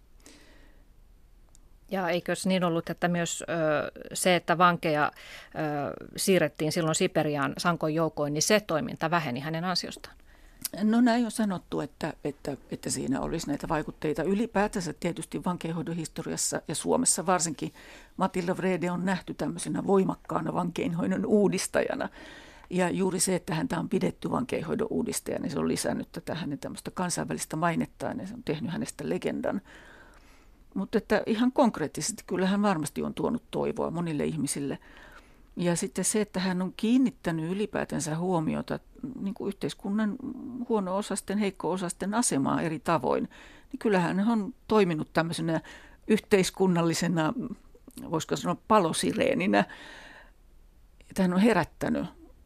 Ja eikös niin ollut, että myös ö, se, että vankeja ö, siirrettiin silloin Siperiaan Sankon joukoin, niin se toiminta väheni hänen ansiostaan? No näin on sanottu, että, että, että siinä olisi näitä vaikutteita. Ylipäätänsä tietysti vankeinhoidon historiassa ja Suomessa varsinkin Matilda Wrede on nähty tämmöisenä voimakkaana vankeinhoidon uudistajana. Ja juuri se, että häntä on pidetty vankeinhoidon uudistajana, niin se on lisännyt tätä hänen tämmöistä kansainvälistä mainettaan ja se on tehnyt hänestä legendan. Mutta että ihan konkreettisesti kyllä hän varmasti on tuonut toivoa monille ihmisille. Ja sitten se, että hän on kiinnittänyt ylipäätänsä huomiota niin kuin yhteiskunnan huono-osasten, heikko-osasten asemaa eri tavoin, niin kyllähän hän on toiminut tämmöisenä yhteiskunnallisena, voisiko sanoa palosireeninä, että hän on herättänyt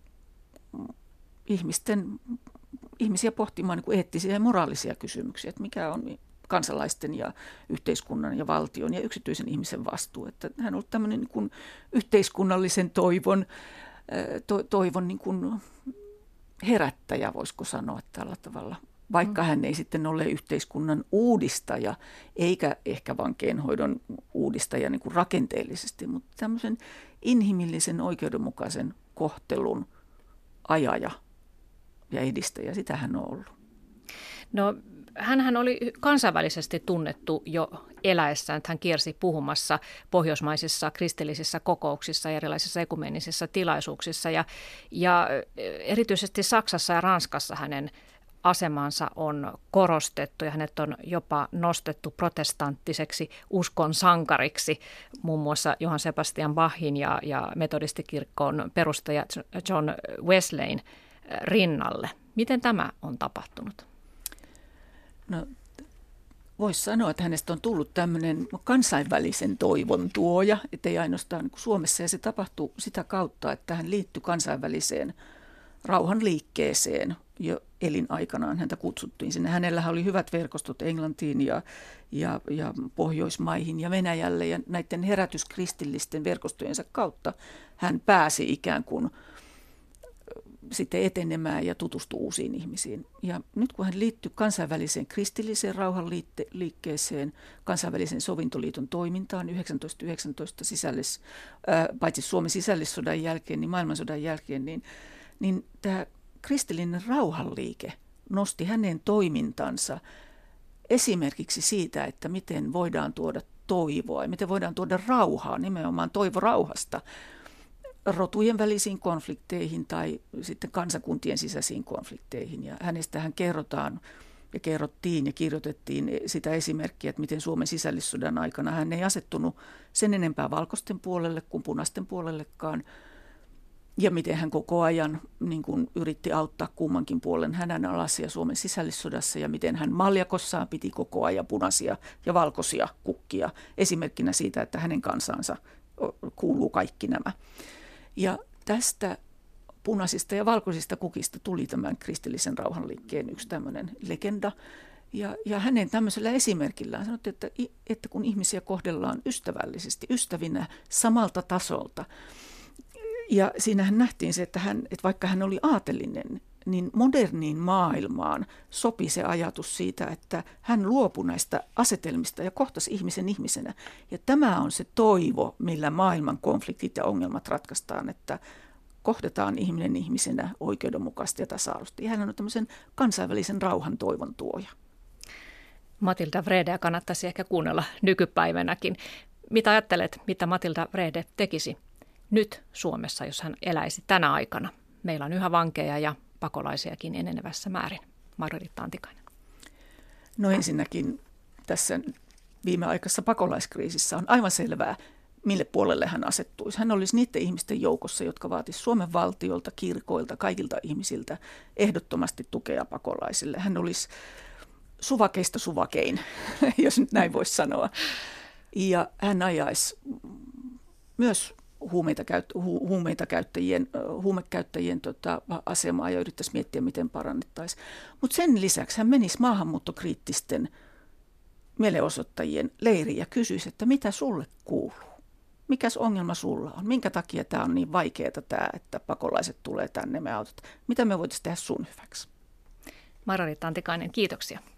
ihmisten, ihmisiä pohtimaan niin kuin eettisiä ja moraalisia kysymyksiä, että mikä on kansalaisten ja yhteiskunnan ja valtion ja yksityisen ihmisen vastuu. Että hän on ollut tämmöinen niin kuin yhteiskunnallisen toivon, to, toivon niin kuin herättäjä, voisiko sanoa tällä tavalla. Vaikka hän ei sitten ole yhteiskunnan uudistaja, eikä ehkä vankeinhoidon uudistaja niin kuin rakenteellisesti, mutta tämmöisen inhimillisen oikeudenmukaisen kohtelun ajaja ja edistäjä, sitä hän on ollut. No, hänhän oli kansainvälisesti tunnettu jo eläessään, että hän kiersi puhumassa pohjoismaisissa kristillisissä kokouksissa ja erilaisissa ekumenisissa tilaisuuksissa. Ja, ja erityisesti Saksassa ja Ranskassa hänen asemansa on korostettu ja hänet on jopa nostettu protestanttiseksi uskon sankariksi, muun muassa Johann Sebastian Bachin ja, ja metodistikirkkoon perustaja John Wesleyn rinnalle. Miten tämä on tapahtunut? No, voisi sanoa, että hänestä on tullut tämmöinen kansainvälisen toivon tuoja, ettei ainoastaan niin kuin Suomessa. Ja se tapahtuu sitä kautta, että hän liittyi kansainväliseen rauhanliikkeeseen jo elinaikanaan. Häntä kutsuttiin sinne. Hänellähän oli hyvät verkostot Englantiin ja, ja, ja Pohjoismaihin ja Venäjälle. Ja näiden herätyskristillisten verkostojensa kautta hän pääsi ikään kuin sitten etenemään ja tutustui uusiin ihmisiin. Ja nyt kun hän liittyi kansainväliseen kristilliseen rauhanliikkeeseen, kansainvälisen sovintoliiton toimintaan yhdeksäntoistasataayhdeksäntoista sisällis, ää, paitsi Suomen sisällissodan jälkeen, niin maailmansodan jälkeen, niin, niin tämä kristillinen rauhanliike nosti hänen toimintansa esimerkiksi siitä, että miten voidaan tuoda toivoa ja miten voidaan tuoda rauhaa, nimenomaan toivo rauhasta, rotujen välisiin konflikteihin tai sitten kansakuntien sisäisiin konflikteihin. Ja hänestähän kerrotaan ja kerrottiin ja kirjoitettiin sitä esimerkkiä, että miten Suomen sisällissodan aikana hän ei asettunut sen enempää valkoisten puolelle kuin punaisten puolellekaan. Ja miten hän koko ajan niin kuin yritti auttaa kummankin puolen hädänalaisia Suomen sisällissodassa ja miten hän maljakossaan piti koko ajan punaisia ja valkoisia kukkia esimerkkinä siitä, että hänen kansansa kuuluu kaikki nämä. Ja tästä punaisista ja valkoisista kukista tuli tämän kristillisen rauhanliikkeen yksi tämmöinen legenda. Ja, ja hänen tämmöisellä esimerkillään sanottiin, että, että kun ihmisiä kohdellaan ystävällisesti, ystävinä samalta tasolta. Ja siinähän nähtiin se, että, hän, että vaikka hän oli aatelinen, niin moderniin maailmaan sopi se ajatus siitä, että hän luopui näistä asetelmista ja kohtasi ihmisen ihmisenä. Ja tämä on se toivo, millä maailman konfliktit ja ongelmat ratkaistaan, että kohdataan ihminen ihmisenä oikeudenmukaisesti ja tasa-arvoisesti. Ja hän on tämmöisen kansainvälisen rauhan toivon tuoja. Matilda Wrede kannattaisi ehkä kuunnella nykypäivänäkin. Mitä ajattelet, mitä Matilda Wrede tekisi nyt Suomessa, jos hän eläisi tänä aikana? Meillä on yhä vankeja ja pakolaisiakin enenevässä määrin. Margarita Antikainen. No ensinnäkin tässä viimeaikaisessa pakolaiskriisissä on aivan selvää, mille puolelle hän asettuisi. Hän olisi niiden ihmisten joukossa, jotka vaatisivat Suomen valtiolta, kirkoilta, kaikilta ihmisiltä ehdottomasti tukea pakolaisille. Hän olisi suvakeista suvakein, jos nyt näin voisi sanoa. Ja hän ajaisi myös huumeita, käyt, hu, huumeita käyttäjien, huumekäyttäjien tota, asemaa ja yrittäisi miettiä, miten parannettaisiin. Mutta sen lisäksi hän menisi maahanmuuttokriittisten mielenosoittajien leiriin ja kysyisi, että mitä sulle kuuluu? Mikäs ongelma sulla on? Minkä takia tämä on niin vaikeaa, tämä, että pakolaiset tulee tänne, me autat? Mitä me voitaisiin tehdä sun hyväksi? Margarita Antikainen, kiitoksia.